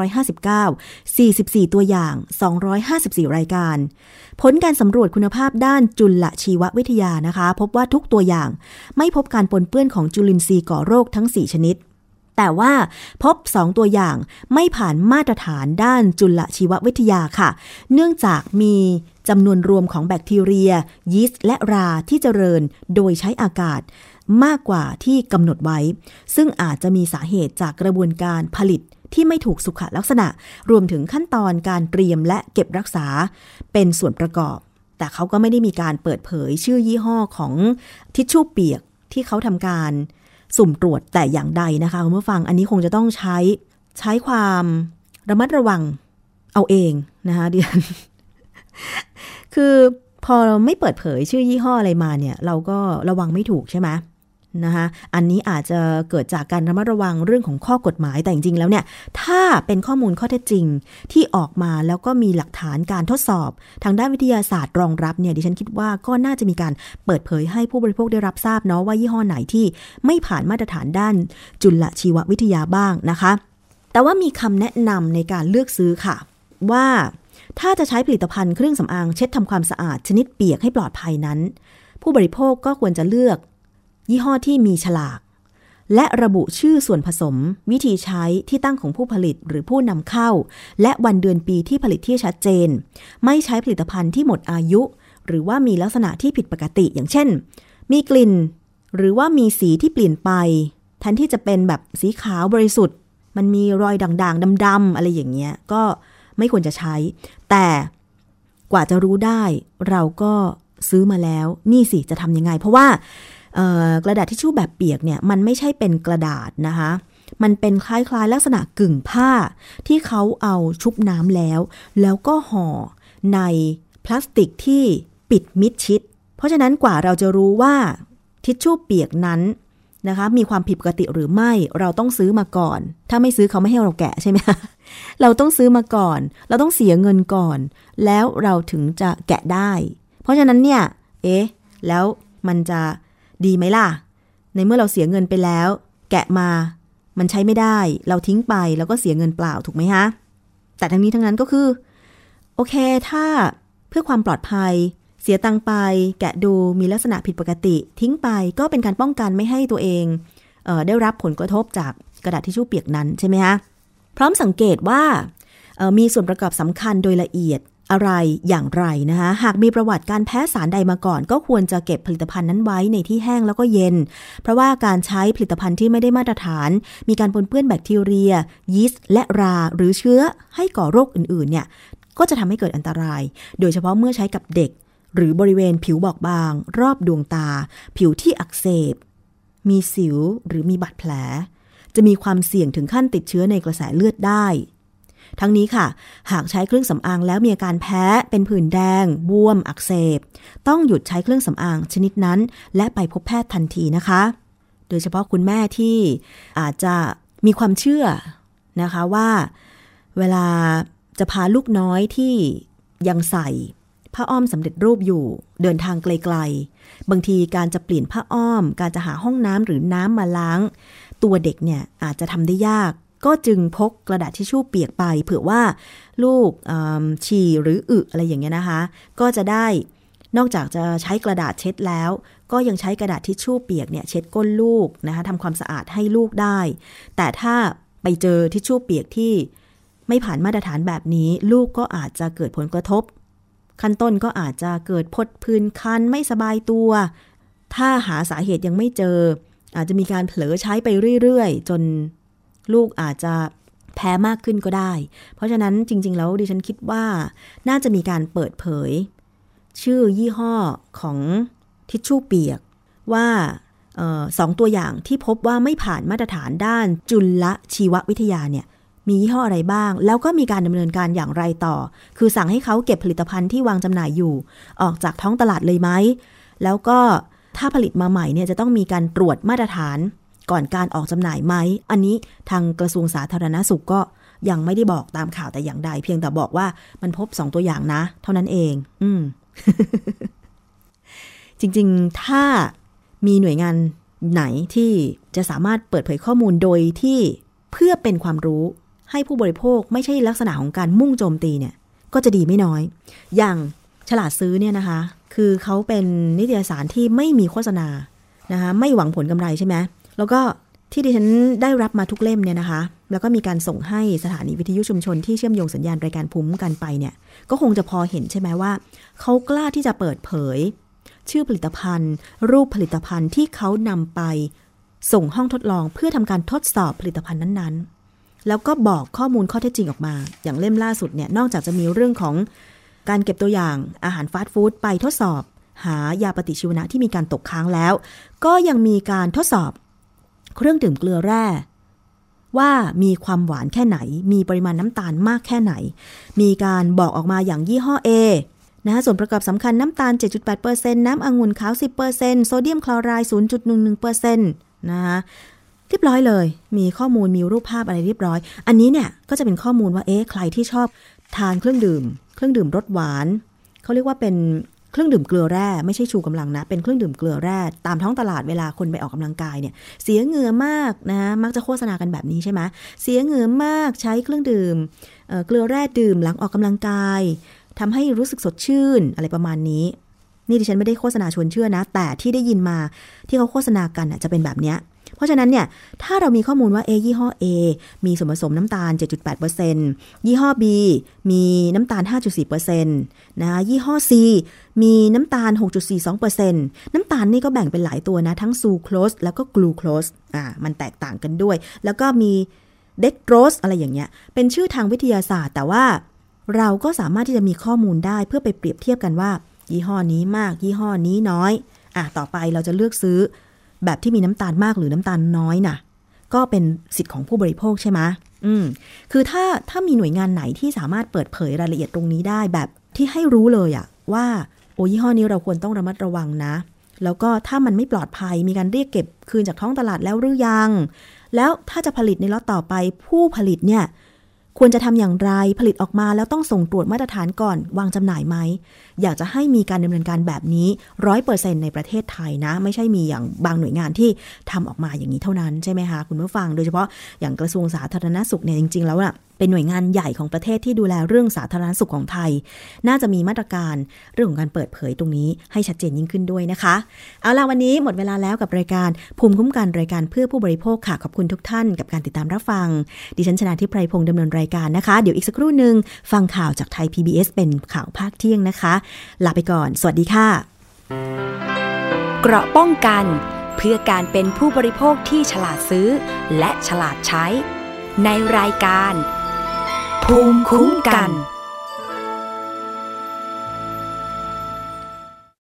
2559 44ตัวอย่าง254รายการผลการสำรวจคุณภาพด้านจุลชีววิทยานะคะพบว่าทุกตัวอย่างไม่พบการปนเปื้อนของจุลินทรีย์ก่อโรคทั้ง4ชนิดแต่ว่าพบ2ตัวอย่างไม่ผ่านมาตรฐานด้านจุลชีววิทยาค่ะเนื่องจากมีจำนวนรวมของแบคทีเรียยีสต์และราที่เจริญโดยใช้อากาศมากกว่าที่กำหนดไว้ซึ่งอาจจะมีสาเหตุจากกระบวนการผลิตที่ไม่ถูกสุขลักษณะรวมถึงขั้นตอนการเตรียมและเก็บรักษาเป็นส่วนประกอบแต่เขาก็ไม่ได้มีการเปิดเผยชื่อยี่ห้อของทิชชู่เปียกที่เขาทำการสุ่มตรวจแต่อย่างใดนะคะคุณผู้ฟังอันนี้คงจะต้องใช้ความระมัดระวังเอาเองนะคะเดี๋ยวคือพอเราไม่เปิดเผยชื่อยี่ห้ออะไรมาเนี่ยเราก็ระวังไม่ถูกใช่ไหมนะคะอันนี้อาจจะเกิดจากการระมัดระวังเรื่องของข้อกฎหมายแต่จริงๆแล้วเนี่ยถ้าเป็นข้อมูลข้อเท็จจริงที่ออกมาแล้วก็มีหลักฐานการทดสอบทางด้านวิทยาศาสตร์รองรับเนี่ยดิฉันคิดว่าก็น่าจะมีการเปิดเผยให้ผู้บริโภคได้รับทราบเนาะว่ายี่ห้อไหนที่ไม่ผ่านมาตรฐานด้านจุลชีววิทยาบ้างนะคะแต่ว่ามีคำแนะนำในการเลือกซื้อค่ะว่าถ้าจะใช้ผลิตภัณฑ์เครื่องสำอางเช็ดทำความสะอาดชนิดเปียกให้ปลอดภัยนั้นผู้บริโภคก็ควรจะเลือกยี่ห้อที่มีฉลากและระบุชื่อส่วนผสมวิธีใช้ที่ตั้งของผู้ผลิตหรือผู้นำเข้าและวันเดือนปีที่ผลิตที่ชัดเจนไม่ใช้ผลิตภัณฑ์ที่หมดอายุหรือว่ามีลักษณะที่ผิดปกติอย่างเช่นมีกลิ่นหรือว่ามีสีที่เปลี่ยนไปแทนที่จะเป็นแบบสีขาวบริสุทธิ์มันมีรอยด่างๆดำๆอะไรอย่างเงี้ยก็ไม่ควรจะใช้แต่กว่าจะรู้ได้เราก็ซื้อมาแล้วนี่สิจะทำยังไงเพราะว่ากระดาษทิชชู่แบบเปียกเนี่ยมันไม่ใช่เป็นกระดาษนะคะมันเป็นคล้ายๆลักษณะกึ่งผ้าที่เขาเอาชุบน้ำแล้วก็ห่อในพลาสติกที่ปิดมิดชิดเพราะฉะนั้นกว่าเราจะรู้ว่าทิชชู่เปียกนั้นนะคะมีความผิดปกติหรือไม่เราต้องซื้อมาก่อนถ้าไม่ซื้อเขาไม่ให้เราแกะใช่ไหมเราต้องซื้อมาก่อนเราต้องเสียเงินก่อนแล้วเราถึงจะแกะได้เพราะฉะนั้นเนี่ยแล้วมันจะดีไหมล่ะในเมื่อเราเสียเงินไปแล้วแกะมามันใช้ไม่ได้เราทิ้งไปแล้วก็เสียเงินเปล่าถูกไหมฮะแต่ทั้งนี้ทั้งนั้นก็คือโอเคถ้าเพื่อความปลอดภัยเสียตังค์ไปแกะดูมีลักษณะผิดปกติทิ้งไปก็เป็นการป้องกันไม่ให้ตัวเองได้รับผลกระทบจากกระดาษทิชชู่เปียกนั้นใช่ไหมฮะพร้อมสังเกตว่ามีส่วนประกอบสำคัญโดยละเอียดอะไรอย่างไรนะคะหากมีประวัติการแพ้สารใดมาก่อนก็ควรจะเก็บผลิตภัณฑ์นั้นไว้ในที่แห้งแล้วก็เย็นเพราะว่าการใช้ผลิตภัณฑ์ที่ไม่ได้มาตรฐานมีการปนเปื้อนแบคทีเรียยีสต์และราหรือเชื้อให้ก่อโรคอื่นๆเนี่ยก็จะทำให้เกิดอันตรายโดยเฉพาะเมื่อใช้กับเด็กหรือบริเวณผิวบอบบางรอบดวงตาผิวที่อักเสบมีสิวหรือมีบาดแผลจะมีความเสี่ยงถึงขั้นติดเชื้อในกระแสเลือดได้ทั้งนี้ค่ะหากใช้เครื่องสำอางแล้วมีอาการแพ้เป็นผื่นแดงบวมอักเสบต้องหยุดใช้เครื่องสำอางชนิดนั้นและไปพบแพทย์ทันทีนะคะโดยเฉพาะคุณแม่ที่อาจจะมีความเชื่อนะคะว่าเวลาจะพาลูกน้อยที่ยังใส่ผ้าอ้อมสำเร็จรูปอยู่เดินทางไกลๆบางทีการจะเปลี่ยนผ้าอ้อมการจะหาห้องน้ำหรือน้ำมาล้างตัวเด็กเนี่ยอาจจะทำได้ยากก็จึงพกกระดาษทิชชู่เปียกไปเผื่อว่าลูกฉี่หรืออึอะไรอย่างเงี้ยนะคะก็จะได้นอกจากจะใช้กระดาษเช็ดแล้วก็ยังใช้กระดาษทิชชู่เปียกเนี่ยเช็ดก้นลูกนะคะทำความสะอาดให้ลูกได้แต่ถ้าไปเจอทิชชู่เปียกที่ไม่ผ่านมาตรฐานแบบนี้ลูกก็อาจจะเกิดผลกระทบขั้นต้นก็อาจจะเกิดพดผื่นคันไม่สบายตัวถ้าหาสาเหตุยังไม่เจออาจจะมีการเผลอใช้ไปเรื่อยๆจนลูกอาจจะแพ้มากขึ้นก็ได้เพราะฉะนั้นจริงๆแล้วดิฉันคิดว่าน่าจะมีการเปิดเผยชื่อยี่ห้อของทิชชู่เปียกว่า2 ตัวอย่างที่พบว่าไม่ผ่านมาตรฐานด้านจุลชีววิทยาเนี่ยมียี่ห้ออะไรบ้างแล้วก็มีการดำเนินการอย่างไรต่อคือสั่งให้เขาเก็บผลิตภัณฑ์ที่วางจำหน่ายอยู่ออกจากท้องตลาดเลยไหมแล้วก็ถ้าผลิตมาใหม่เนี่ยจะต้องมีการตรวจมาตรฐานก่อนการออกจำหน่ายไหมอันนี้ทางกระทรวงสาธารณสุขก็ยังไม่ได้บอกตามข่าวแต่อย่างใดเพียงแต่บอกว่ามันพบ2 ตัวอย่างนะเท่านั้นเองจริงๆถ้ามีหน่วยงานไหนที่จะสามารถเปิดเผยข้อมูลโดยที่เพื่อเป็นความรู้ให้ผู้บริโภคไม่ใช่ลักษณะของการมุ่งโจมตีเนี่ยก็จะดีไม่น้อยอย่างฉลาดซื้อเนี่ยนะคะคือเขาเป็นนิตยสารที่ไม่มีโฆษณานะคะไม่หวังผลกำไรใช่ไหมแล้วก็ที่ดิฉันได้รับมาทุกเล่มเนี่ยนะคะแล้วก็มีการส่งให้สถานีวิทยุชุมชนที่เชื่อมโยงสัญญาณรายการภูมิคุ้มกันไปเนี่ยก็คงจะพอเห็นใช่ไหมว่าเขากล้าที่จะเปิดเผยชื่อผลิตภัณฑ์รูปผลิตภัณฑ์ที่เขานำไปส่งห้องทดลองเพื่อทำการทดสอบผลิตภัณฑ์นั้นๆแล้วก็บอกข้อมูลข้อเท็จจริงออกมาอย่างเล่มล่าสุดเนี่ยนอกจากจะมีเรื่องของการเก็บตัวอย่างอาหารฟาสต์ฟู้ดไปทดสอบหายาปฏิชีวนะที่มีการตกค้างแล้วก็ยังมีการทดสอบเครื่องดื่มเกลือแร่ว่ามีความหวานแค่ไหนมีปริมาณน้ำตาลมากแค่ไหนมีการบอกออกมาอย่างยี่ห้อ A นะส่วนประกอบสำคัญน้ำตาล 7.8% น้ำองุ่นขาว 10% โซเดียมคลอไรด์ 0.11% นะคะเรียบร้อยเลยมีข้อมูลมีรูปภาพอะไรเรียบร้อยอันนี้เนี่ยก็จะเป็นข้อมูลว่าใครที่ชอบทานเครื่องดื่มรสหวานเขาเรียกว่าเป็นเครื่องดื่มเกลือแร่ไม่ใช่ชูกำลังนะเป็นเครื่องดื่มเกลือแร่ตามท้องตลาดเวลาคนไปออกกำลังกายเนี่ยเสียเหงื่อมากนะมักจะโฆษณากันแบบนี้ใช่ไหมเสียเหงื่อมากใช้เครื่องดื่มเกลือแร่ดื่มหลังออกกำลังกายทำให้รู้สึกสดชื่นอะไรประมาณนี้นี่ดิฉันไม่ได้โฆษณาชวนเชื่อนะแต่ที่ได้ยินมาที่เขาโฆษณากันจะเป็นแบบเนี้ยเพราะฉะนั้นเนี่ยถ้าเรามีข้อมูลว่ายี่ห้อ A มีส่วนผสมน้ำตาล 7.8% ยี่ห้อ B มีน้ำตาล 5.4% นะยี่ห้อ C มีน้ำตาล 6.42% น้ำตาลนี่ก็แบ่งเป็นหลายตัวนะทั้งซูโครสแล้วก็กลูโครสมันแตกต่างกันด้วยแล้วก็มีเดกโตรสอะไรอย่างเงี้ยเป็นชื่อทางวิทยาศาสตร์แต่ว่าเราก็สามารถที่จะมีข้อมูลได้เพื่อไปเปรียบเทียบกันว่ายี่ห้อนี้มากยี่ห้อนี้น้อยต่อไปเราจะเลือกซื้อแบบที่มีน้ำตาลมากหรือน้ำตาลน้อยนะก็เป็นสิทธิ์ของผู้บริโภคใช่ไหมคือถ้ามีหน่วยงานไหนที่สามารถเปิดเผยรายละเอียดตรงนี้ได้แบบที่ให้รู้เลยว่ายี่ห้อนี้เราควรต้องระมัดระวังนะแล้วก็ถ้ามันไม่ปลอดภัยมีการเรียกเก็บคืนจากท้องตลาดแล้วหรือยังแล้วถ้าจะผลิตในล็อตต่อไปผู้ผลิตเนี่ยควรจะทำอย่างไรผลิตออกมาแล้วต้องส่งตรวจมาตรฐานก่อนวางจำหน่ายไหมอยากจะให้มีการดำเนินการแบบนี้ 100% ในประเทศไทยนะไม่ใช่มีอย่างบางหน่วยงานที่ทำออกมาอย่างนี้เท่านั้นใช่ไหมคะคุณผู้ฟังโดยเฉพาะอย่างกระทรวงสาธารณสุขเนี่ยจริงๆแล้วเป็นหน่วยงานใหญ่ของประเทศที่ดูแลเรื่องสาธารณสุขของไทยน่าจะมีมาตรการเรื่องของการเปิดเผยตรงนี้ให้ชัดเจนยิ่งขึ้นด้วยนะคะเอาล่ะวันนี้หมดเวลาแล้วกับรายการภูมิคุ้มกันรายการเพื่อผู้บริโภคค่ะขอบคุณทุกท่านกับการติดตามรับฟังดิฉันชนาธิปไพพงษ์ดำเนินรายการนะคะเดี๋ยวอีกสักครู่นึงฟังข่าวจากไทย PBS เป็นข่าวภาคเที่ยงนะคะลาไปก่อนสวัสดีค่ะเกราะป้องกันเพื่อการเป็นผู้บริโภคที่ฉลาดซื้อและฉลาดใช้ในรายการภูมิคุ้มกัน